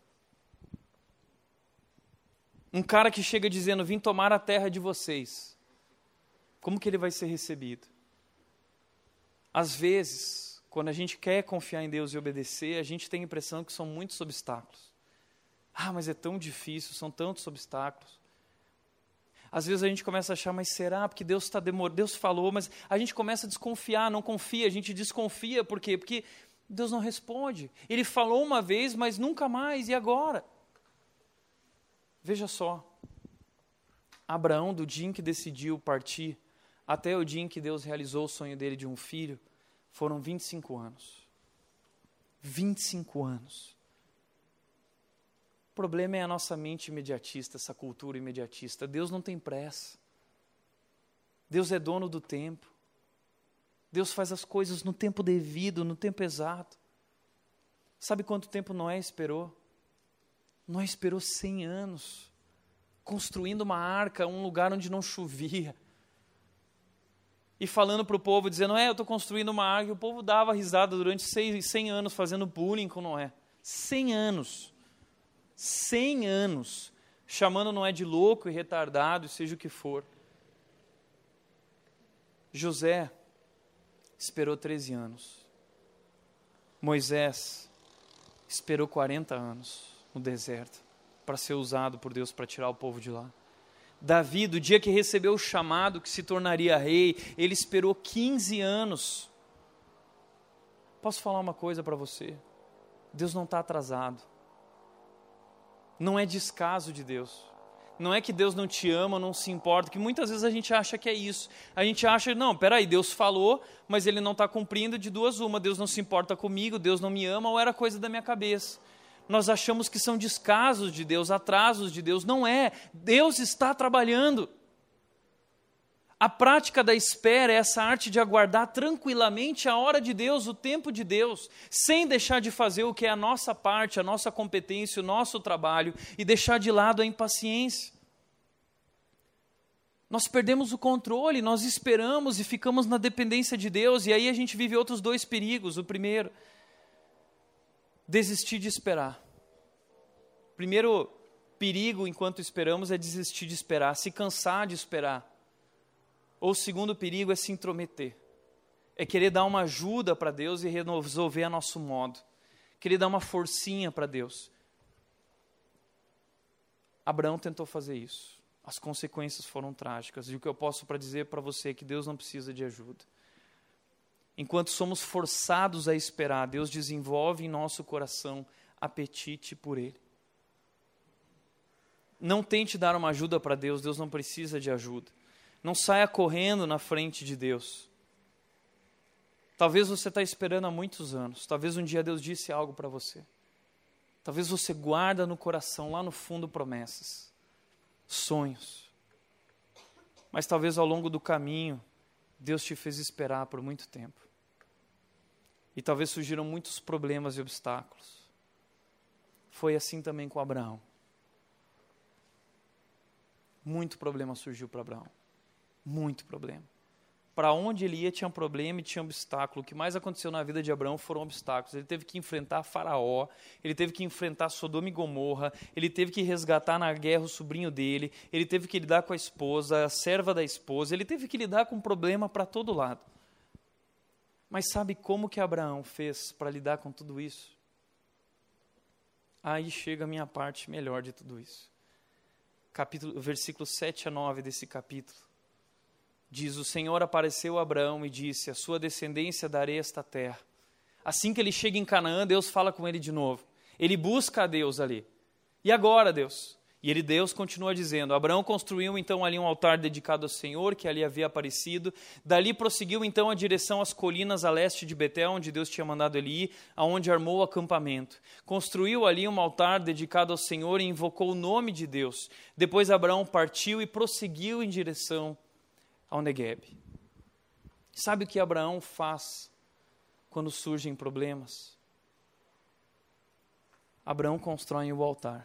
Um cara que chega dizendo, vim tomar a terra de vocês. Como que ele vai ser recebido? Às vezes, quando a gente quer confiar em Deus e obedecer, a gente tem a impressão que são muitos obstáculos. Ah, mas é tão difícil, são tantos obstáculos. Às vezes a gente começa a achar, mas será? Porque Deus está demorando, Deus falou, mas a gente começa a desconfiar, não confia, a gente desconfia, por quê? Porque Deus não responde. Ele falou uma vez, mas nunca mais, e agora? Veja só, Abraão, do dia em que decidiu partir, até o dia em que Deus realizou o sonho dele de um filho, foram 25 anos. 25 anos. O problema é a nossa mente imediatista, essa cultura imediatista. Deus não tem pressa. Deus é dono do tempo. Deus faz as coisas no tempo devido, no tempo exato. Sabe quanto tempo Noé esperou? Noé esperou 100 anos, construindo uma arca, um lugar onde não chovia. E falando para o povo, dizendo, eu estou construindo uma arca. E o povo dava risada durante 100 anos, fazendo bullying com Noé. 100 anos. 100 anos. Chamando Noé de louco e retardado, e seja o que for. José esperou 13 anos. Moisés esperou 40 anos no deserto para ser usado por Deus para tirar o povo de lá. Davi, do dia que recebeu o chamado que se tornaria rei, ele esperou 15 anos. Posso falar uma coisa para você? Deus não está atrasado. Não é descaso de Deus. Não é que Deus não te ama, não se importa, que muitas vezes a gente acha que é isso. A gente acha, não, peraí, Deus falou, mas Ele não está cumprindo, de duas uma. Deus não se importa comigo, Deus não me ama, ou era coisa da minha cabeça. Nós achamos que são descasos de Deus, atrasos de Deus. Não é, Deus está trabalhando. A prática da espera é essa arte de aguardar tranquilamente a hora de Deus, o tempo de Deus, sem deixar de fazer o que é a nossa parte, a nossa competência, o nosso trabalho, e deixar de lado a impaciência. Nós perdemos o controle, nós esperamos e ficamos na dependência de Deus, e aí a gente vive outros dois perigos. O primeiro, desistir de esperar. O primeiro perigo enquanto esperamos é desistir de esperar, se cansar de esperar. Ou o segundo perigo é se intrometer, é querer dar uma ajuda para Deus e resolver a nosso modo, querer dar uma forcinha para Deus. Abraão tentou fazer isso, as consequências foram trágicas, e o que eu posso dizer para você é que Deus não precisa de ajuda. Enquanto somos forçados a esperar, Deus desenvolve em nosso coração apetite por Ele. Não tente dar uma ajuda para Deus, Deus não precisa de ajuda. Não saia correndo na frente de Deus. Talvez você está esperando há muitos anos. Talvez um dia Deus disse algo para você. Talvez você guarda no coração, lá no fundo, promessas, sonhos. Mas talvez ao longo do caminho, Deus te fez esperar por muito tempo. E talvez surgiram muitos problemas e obstáculos. Foi assim também com Abraão. Muito problema surgiu para Abraão. Muito problema. Para onde ele ia tinha problema e tinha obstáculo. O que mais aconteceu na vida de Abraão foram obstáculos. Ele teve que enfrentar Faraó, ele teve que enfrentar Sodoma e Gomorra, ele teve que resgatar na guerra o sobrinho dele, ele teve que lidar com a esposa, a serva da esposa, ele teve que lidar com problema para todo lado. Mas sabe como que Abraão fez para lidar com tudo isso? Aí chega a minha parte melhor de tudo isso. Versículo 7 a 9 desse capítulo. Diz, o Senhor apareceu a Abraão e disse, a sua descendência darei esta terra. Assim que ele chega em Canaã, Deus fala com ele de novo. Ele busca a Deus ali. E agora, Deus? E Deus continua dizendo, Abraão construiu então ali um altar dedicado ao Senhor, que ali havia aparecido. Dali prosseguiu então a direção às colinas a leste de Betel, onde Deus tinha mandado ele ir, aonde armou o acampamento. Construiu ali um altar dedicado ao Senhor e invocou o nome de Deus. Depois Abraão partiu e prosseguiu em direção ao Negueb. Sabe o que Abraão faz quando surgem problemas? Abraão constrói o altar.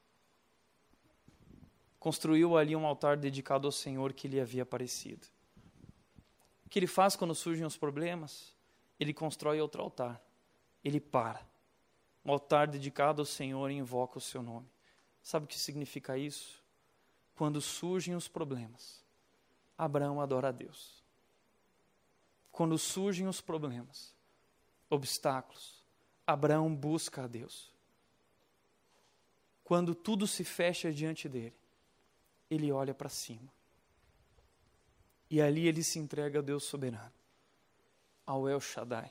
Construiu ali um altar dedicado ao Senhor que lhe havia aparecido. O que ele faz quando surgem os problemas? Ele constrói outro altar. Ele para. Um altar dedicado ao Senhor e invoca o seu nome. Sabe o que significa isso? Quando surgem os problemas, Abraão adora a Deus. Quando surgem os problemas, obstáculos, Abraão busca a Deus. Quando tudo se fecha diante dele, ele olha para cima. E ali ele se entrega a Deus soberano, ao El Shaddai.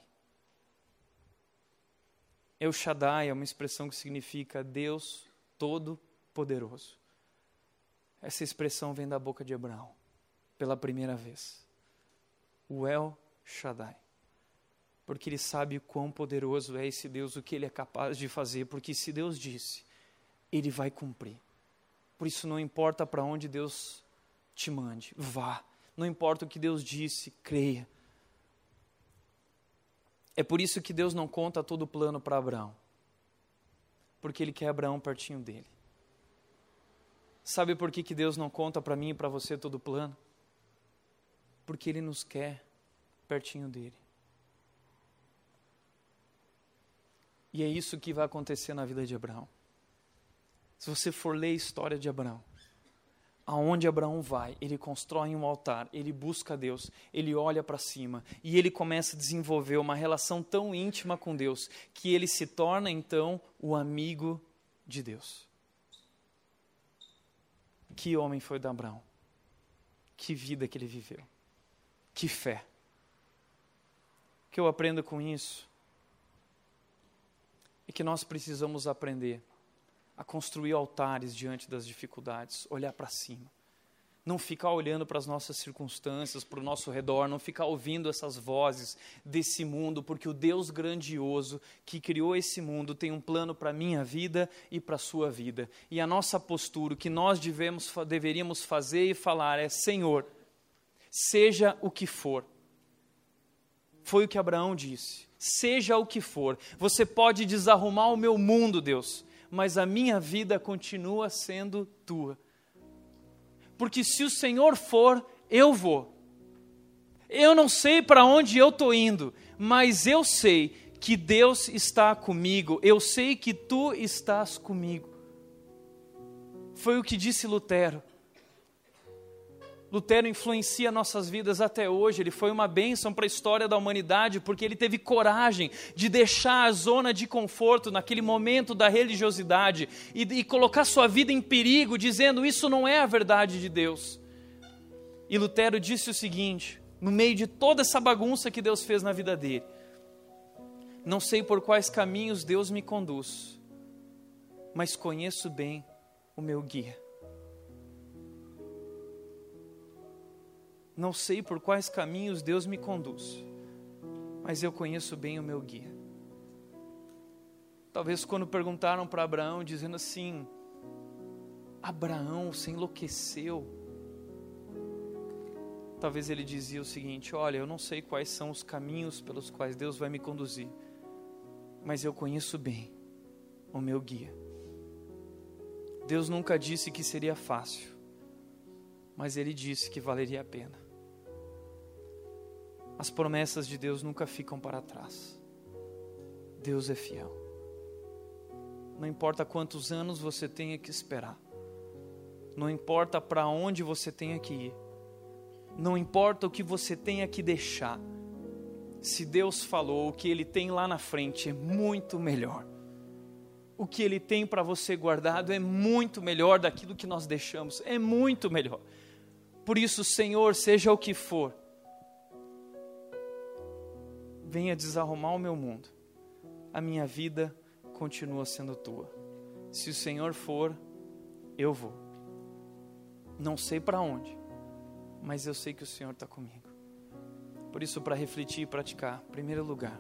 El Shaddai é uma expressão que significa Deus Todo-Poderoso. Essa expressão vem da boca de Abraão. Pela primeira vez, o El Shaddai, porque ele sabe o quão poderoso é esse Deus, o que ele é capaz de fazer, porque se Deus disse, ele vai cumprir. Por isso não importa para onde Deus te mande, vá. Não importa o que Deus disse, creia. É por isso que Deus não conta todo o plano para Abraão, porque ele quer Abraão pertinho dele. Sabe por que Deus não conta para mim e para você todo o plano? Porque Ele nos quer pertinho dEle. E é isso que vai acontecer na vida de Abraão. Se você for ler a história de Abraão, Aonde Abraão vai, ele constrói um altar, ele busca Deus, ele olha para cima e ele começa a desenvolver uma relação tão íntima com Deus que ele se torna então o amigo de Deus. Que homem foi de Abraão? Que vida que ele viveu? Que fé! O que eu aprendo com isso é que nós precisamos aprender a construir altares diante das dificuldades, olhar para cima. Não ficar olhando para as nossas circunstâncias, para o nosso redor, não ficar ouvindo essas vozes desse mundo, porque o Deus grandioso que criou esse mundo tem um plano para a minha vida e para a sua vida. E a nossa postura, o que nós deveríamos fazer e falar é: Senhor, seja o que for. Foi o que Abraão disse. Seja o que for. Você pode desarrumar o meu mundo, Deus, mas a minha vida continua sendo tua. Porque se o Senhor for, eu vou. Eu não sei para onde eu estou indo, mas eu sei que Deus está comigo. Eu sei que tu estás comigo. Foi o que disse Lutero. Lutero influencia nossas vidas até hoje. Ele foi uma bênção para a história da humanidade, porque ele teve coragem de deixar a zona de conforto naquele momento da religiosidade e colocar sua vida em perigo, dizendo: isso não é a verdade de Deus. E Lutero disse o seguinte, no meio de toda essa bagunça que Deus fez na vida dele: não sei por quais caminhos Deus me conduz, mas conheço bem o meu guia. Não sei por quais caminhos Deus me conduz, mas eu conheço bem o meu guia. Talvez quando perguntaram para Abraão, dizendo assim: Abraão, você enlouqueceu? Talvez ele dizia o seguinte: olha, eu não sei quais são os caminhos pelos quais Deus vai me conduzir, mas eu conheço bem o meu guia. Deus nunca disse que seria fácil, mas Ele disse que valeria a pena. As promessas de Deus nunca ficam para trás. Deus é fiel. Não importa quantos anos você tenha que esperar. Não importa para onde você tenha que ir. Não importa o que você tenha que deixar. Se Deus falou, o que Ele tem lá na frente é muito melhor. O que Ele tem para você guardado é muito melhor daquilo que nós deixamos. É muito melhor. Por isso, Senhor, seja o que for, venha desarrumar o meu mundo. A minha vida continua sendo tua. Se o Senhor for, eu vou. Não sei para onde, mas eu sei que o Senhor está comigo. Por isso, para refletir e praticar, em primeiro lugar,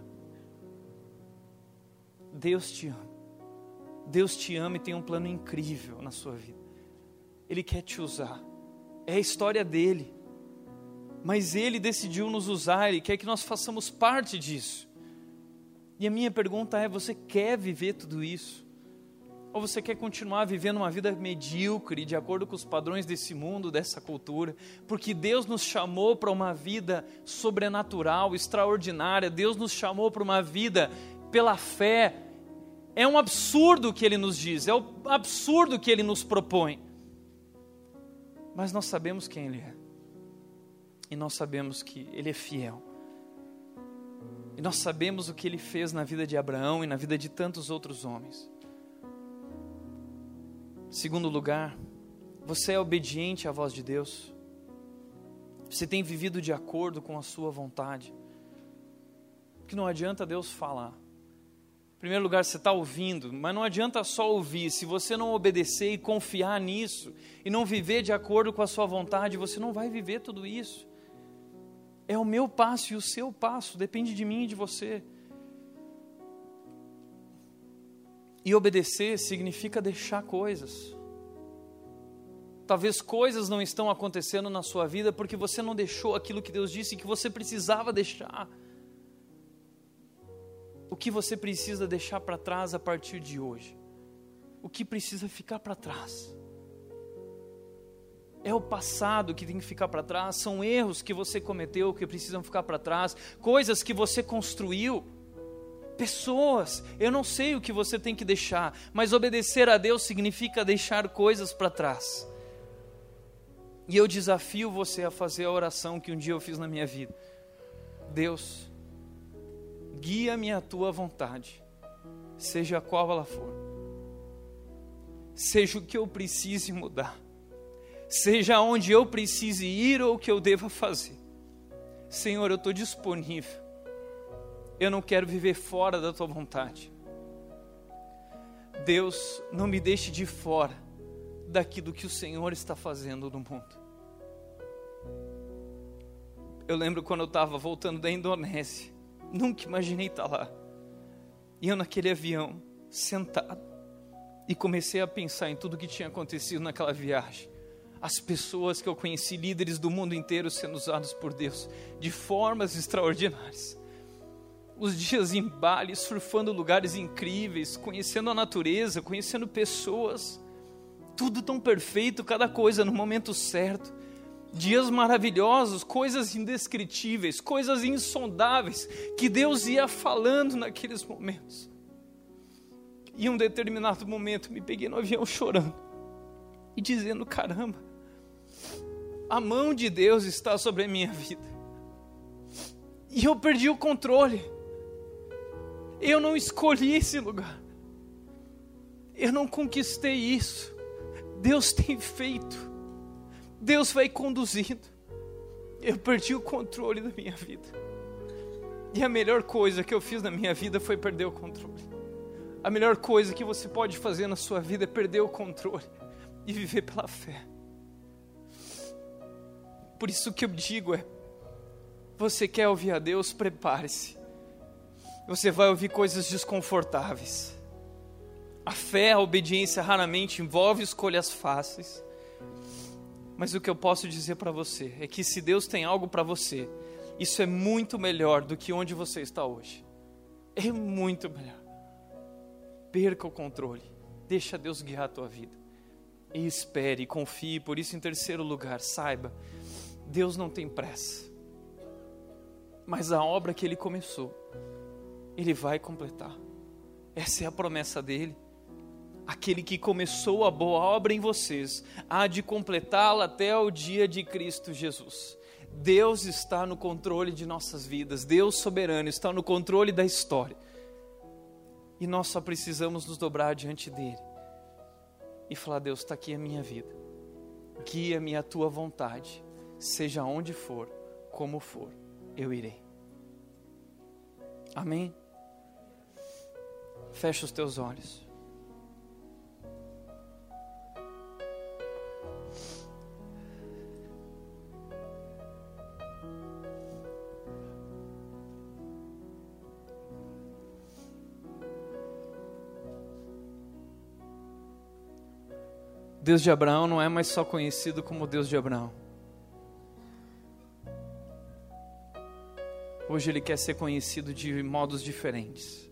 Deus te ama. Deus te ama e tem um plano incrível na sua vida. Ele quer te usar. É a história dele. Mas Ele decidiu nos usar, Ele quer que nós façamos parte disso. E a minha pergunta é: você quer viver tudo isso? Ou você quer continuar vivendo uma vida medíocre, de acordo com os padrões desse mundo, dessa cultura? Porque Deus nos chamou para uma vida sobrenatural, extraordinária. Deus nos chamou para uma vida pela fé. É um absurdo o que Ele nos diz, é um absurdo o que Ele nos propõe. Mas nós sabemos quem Ele é. E nós sabemos que Ele é fiel. E nós sabemos o que Ele fez na vida de Abraão e na vida de tantos outros homens. Segundo lugar, você é obediente à voz de Deus? Você tem vivido de acordo com a sua vontade? Porque não adianta Deus falar. Em primeiro lugar, você está ouvindo, mas não adianta só ouvir. Se você não obedecer e confiar nisso, e não viver de acordo com a sua vontade, você não vai viver tudo isso. É o meu passo e o seu passo, depende de mim e de você. E obedecer significa deixar coisas. Talvez coisas não estão acontecendo na sua vida porque você não deixou aquilo que Deus disse que você precisava deixar. O que você precisa deixar para trás a partir de hoje? O que precisa ficar para trás? É o passado que tem que ficar para trás, são erros que você cometeu que precisam ficar para trás, coisas que você construiu, pessoas. Eu não sei o que você tem que deixar, mas obedecer a Deus significa deixar coisas para trás. E eu desafio você a fazer a oração que um dia eu fiz na minha vida. Deus, guia-me à tua vontade, seja qual ela for. Seja o que eu precise mudar. Seja onde eu precise ir ou o que eu deva fazer. Senhor, eu estou disponível. Eu não quero viver fora da tua vontade. Deus, não me deixe de fora daquilo que o Senhor está fazendo no mundo. Eu lembro quando eu estava voltando da Indonésia. Nunca imaginei estar lá. E eu naquele avião, sentado, e comecei a pensar em tudo que tinha acontecido naquela viagem. As pessoas que eu conheci, líderes do mundo inteiro sendo usados por Deus de formas extraordinárias. Os dias em Bali, surfando lugares incríveis, conhecendo a natureza, conhecendo pessoas. Tudo tão perfeito, cada coisa no momento certo. Dias maravilhosos, coisas indescritíveis, coisas insondáveis, que Deus ia falando naqueles momentos. E em um determinado momento, me peguei no avião chorando e dizendo, caramba, a mão de Deus está sobre a minha vida. E eu perdi o controle. Eu não escolhi esse lugar. Eu não conquistei isso. Deus tem feito. Deus vai conduzindo. Eu perdi o controle da minha vida. E a melhor coisa que eu fiz na minha vida foi perder o controle. A melhor coisa que você pode fazer na sua vida é perder o controle e viver pela fé. Por isso que eu digo você quer ouvir a Deus, prepare-se. Você vai ouvir coisas desconfortáveis. A fé, a obediência raramente envolve escolhas fáceis. Mas o que eu posso dizer para você é que se Deus tem algo para você, isso é muito melhor do que onde você está hoje. É muito melhor. Perca o controle. Deixa Deus guiar a tua vida. E espere, confie. Por isso, em terceiro lugar, saiba, Deus não tem pressa. Mas a obra que Ele começou, Ele vai completar. Essa é a promessa dEle. Aquele que começou a boa obra em vocês, há de completá-la até o dia de Cristo Jesus. Deus está no controle de nossas vidas. Deus soberano está no controle da história. E nós só precisamos nos dobrar diante dEle e falar, Deus, está aqui a minha vida. Guia-me à tua vontade. Seja onde for, como for, eu irei. Amém? Fecha os teus olhos. Deus de Abraão não é mais só conhecido como Deus de Abraão. Hoje Ele quer ser conhecido de modos diferentes.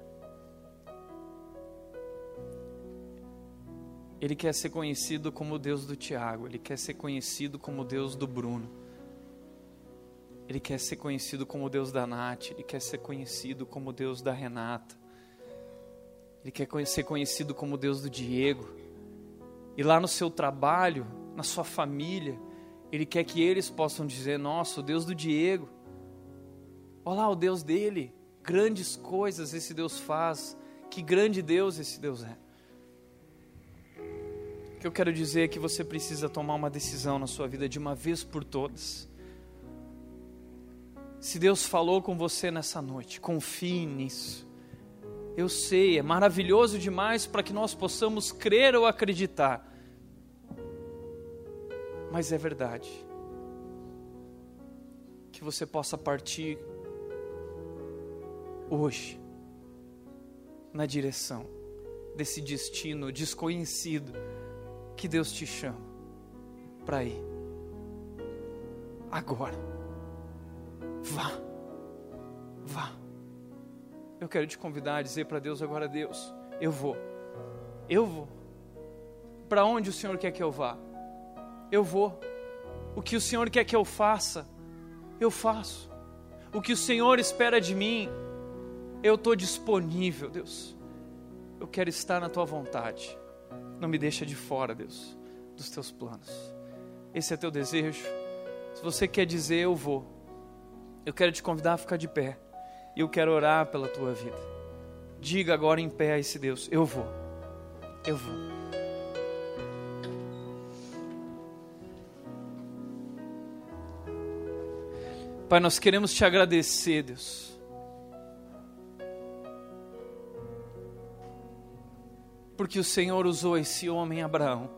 Ele quer ser conhecido como o Deus do Tiago. Ele quer ser conhecido como o Deus do Bruno. Ele quer ser conhecido como o Deus da Nath. Ele quer ser conhecido como o Deus da Renata. Ele quer ser conhecido como o Deus do Diego. E lá no seu trabalho, na sua família, Ele quer que eles possam dizer, nossa, o Deus do Diego, olha lá o Deus dele, grandes coisas esse Deus faz, que grande Deus esse Deus é. O que eu quero dizer é que você precisa tomar uma decisão na sua vida de uma vez por todas. Se Deus falou com você nessa noite, confie nisso. Eu sei, é maravilhoso demais para que nós possamos crer ou acreditar. Mas é verdade. Que você possa partir hoje na direção desse destino desconhecido que Deus te chama para ir. Agora. Vá. Eu quero te convidar a dizer para Deus agora, Deus, eu vou. Para onde o Senhor quer que eu vá? Eu vou. O que o Senhor quer que eu faça? Eu faço. O que o Senhor espera de mim? Eu estou disponível, Deus. Eu quero estar na tua vontade. Não me deixa de fora, Deus, dos teus planos. Esse é teu desejo? Se você quer dizer eu vou, eu quero te convidar a ficar de pé. E eu quero orar pela tua vida. Diga agora em pé a esse Deus, eu vou. Eu vou. Pai, nós queremos te agradecer, Deus. Porque o Senhor usou esse homem Abraão.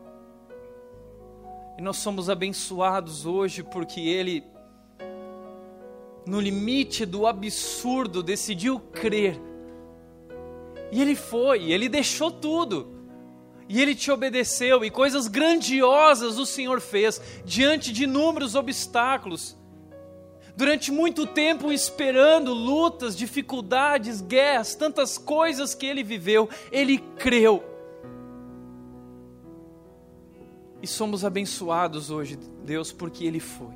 E nós somos abençoados hoje porque ele, no limite do absurdo, decidiu crer. E ele foi, ele deixou tudo. E ele te obedeceu. E coisas grandiosas o Senhor fez diante de inúmeros obstáculos. Durante muito tempo esperando lutas, dificuldades, guerras, tantas coisas que ele viveu, ele creu. E somos abençoados hoje, Deus, porque ele foi.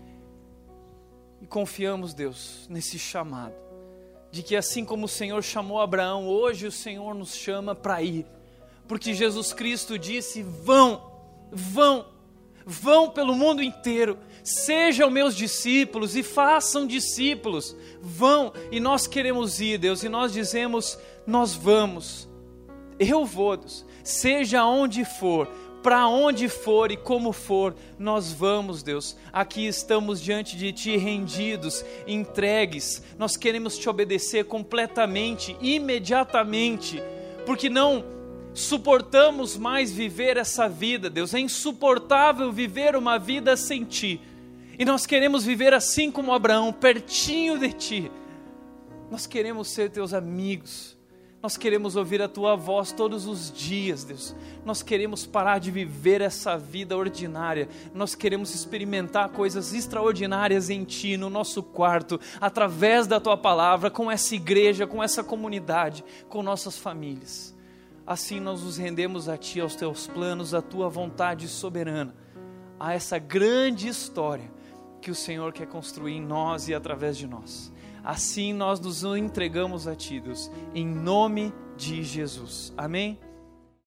E confiamos, Deus, nesse chamado, de que assim como o Senhor chamou Abraão, hoje o Senhor nos chama para ir. Porque Jesus Cristo disse, vão pelo mundo inteiro, sejam meus discípulos e façam discípulos, vão, e nós queremos ir, Deus, e nós dizemos, nós vamos, eu vou, Deus, seja onde for, para onde for e como for, nós vamos, Deus, aqui estamos diante de Ti rendidos, entregues, nós queremos Te obedecer completamente, imediatamente, porque não suportamos mais viver essa vida, Deus, é insuportável viver uma vida sem Ti, e nós queremos viver assim como Abraão, pertinho de Ti, nós queremos ser Teus amigos, nós queremos ouvir a Tua voz todos os dias, Deus, nós queremos parar de viver essa vida ordinária, nós queremos experimentar coisas extraordinárias em Ti, no nosso quarto, através da Tua palavra, com essa igreja, com essa comunidade, com nossas famílias. Assim nós nos rendemos a Ti, aos Teus planos, à Tua vontade soberana, a essa grande história que o Senhor quer construir em nós e através de nós. Assim nós nos entregamos a Ti, Deus, em nome de Jesus. Amém?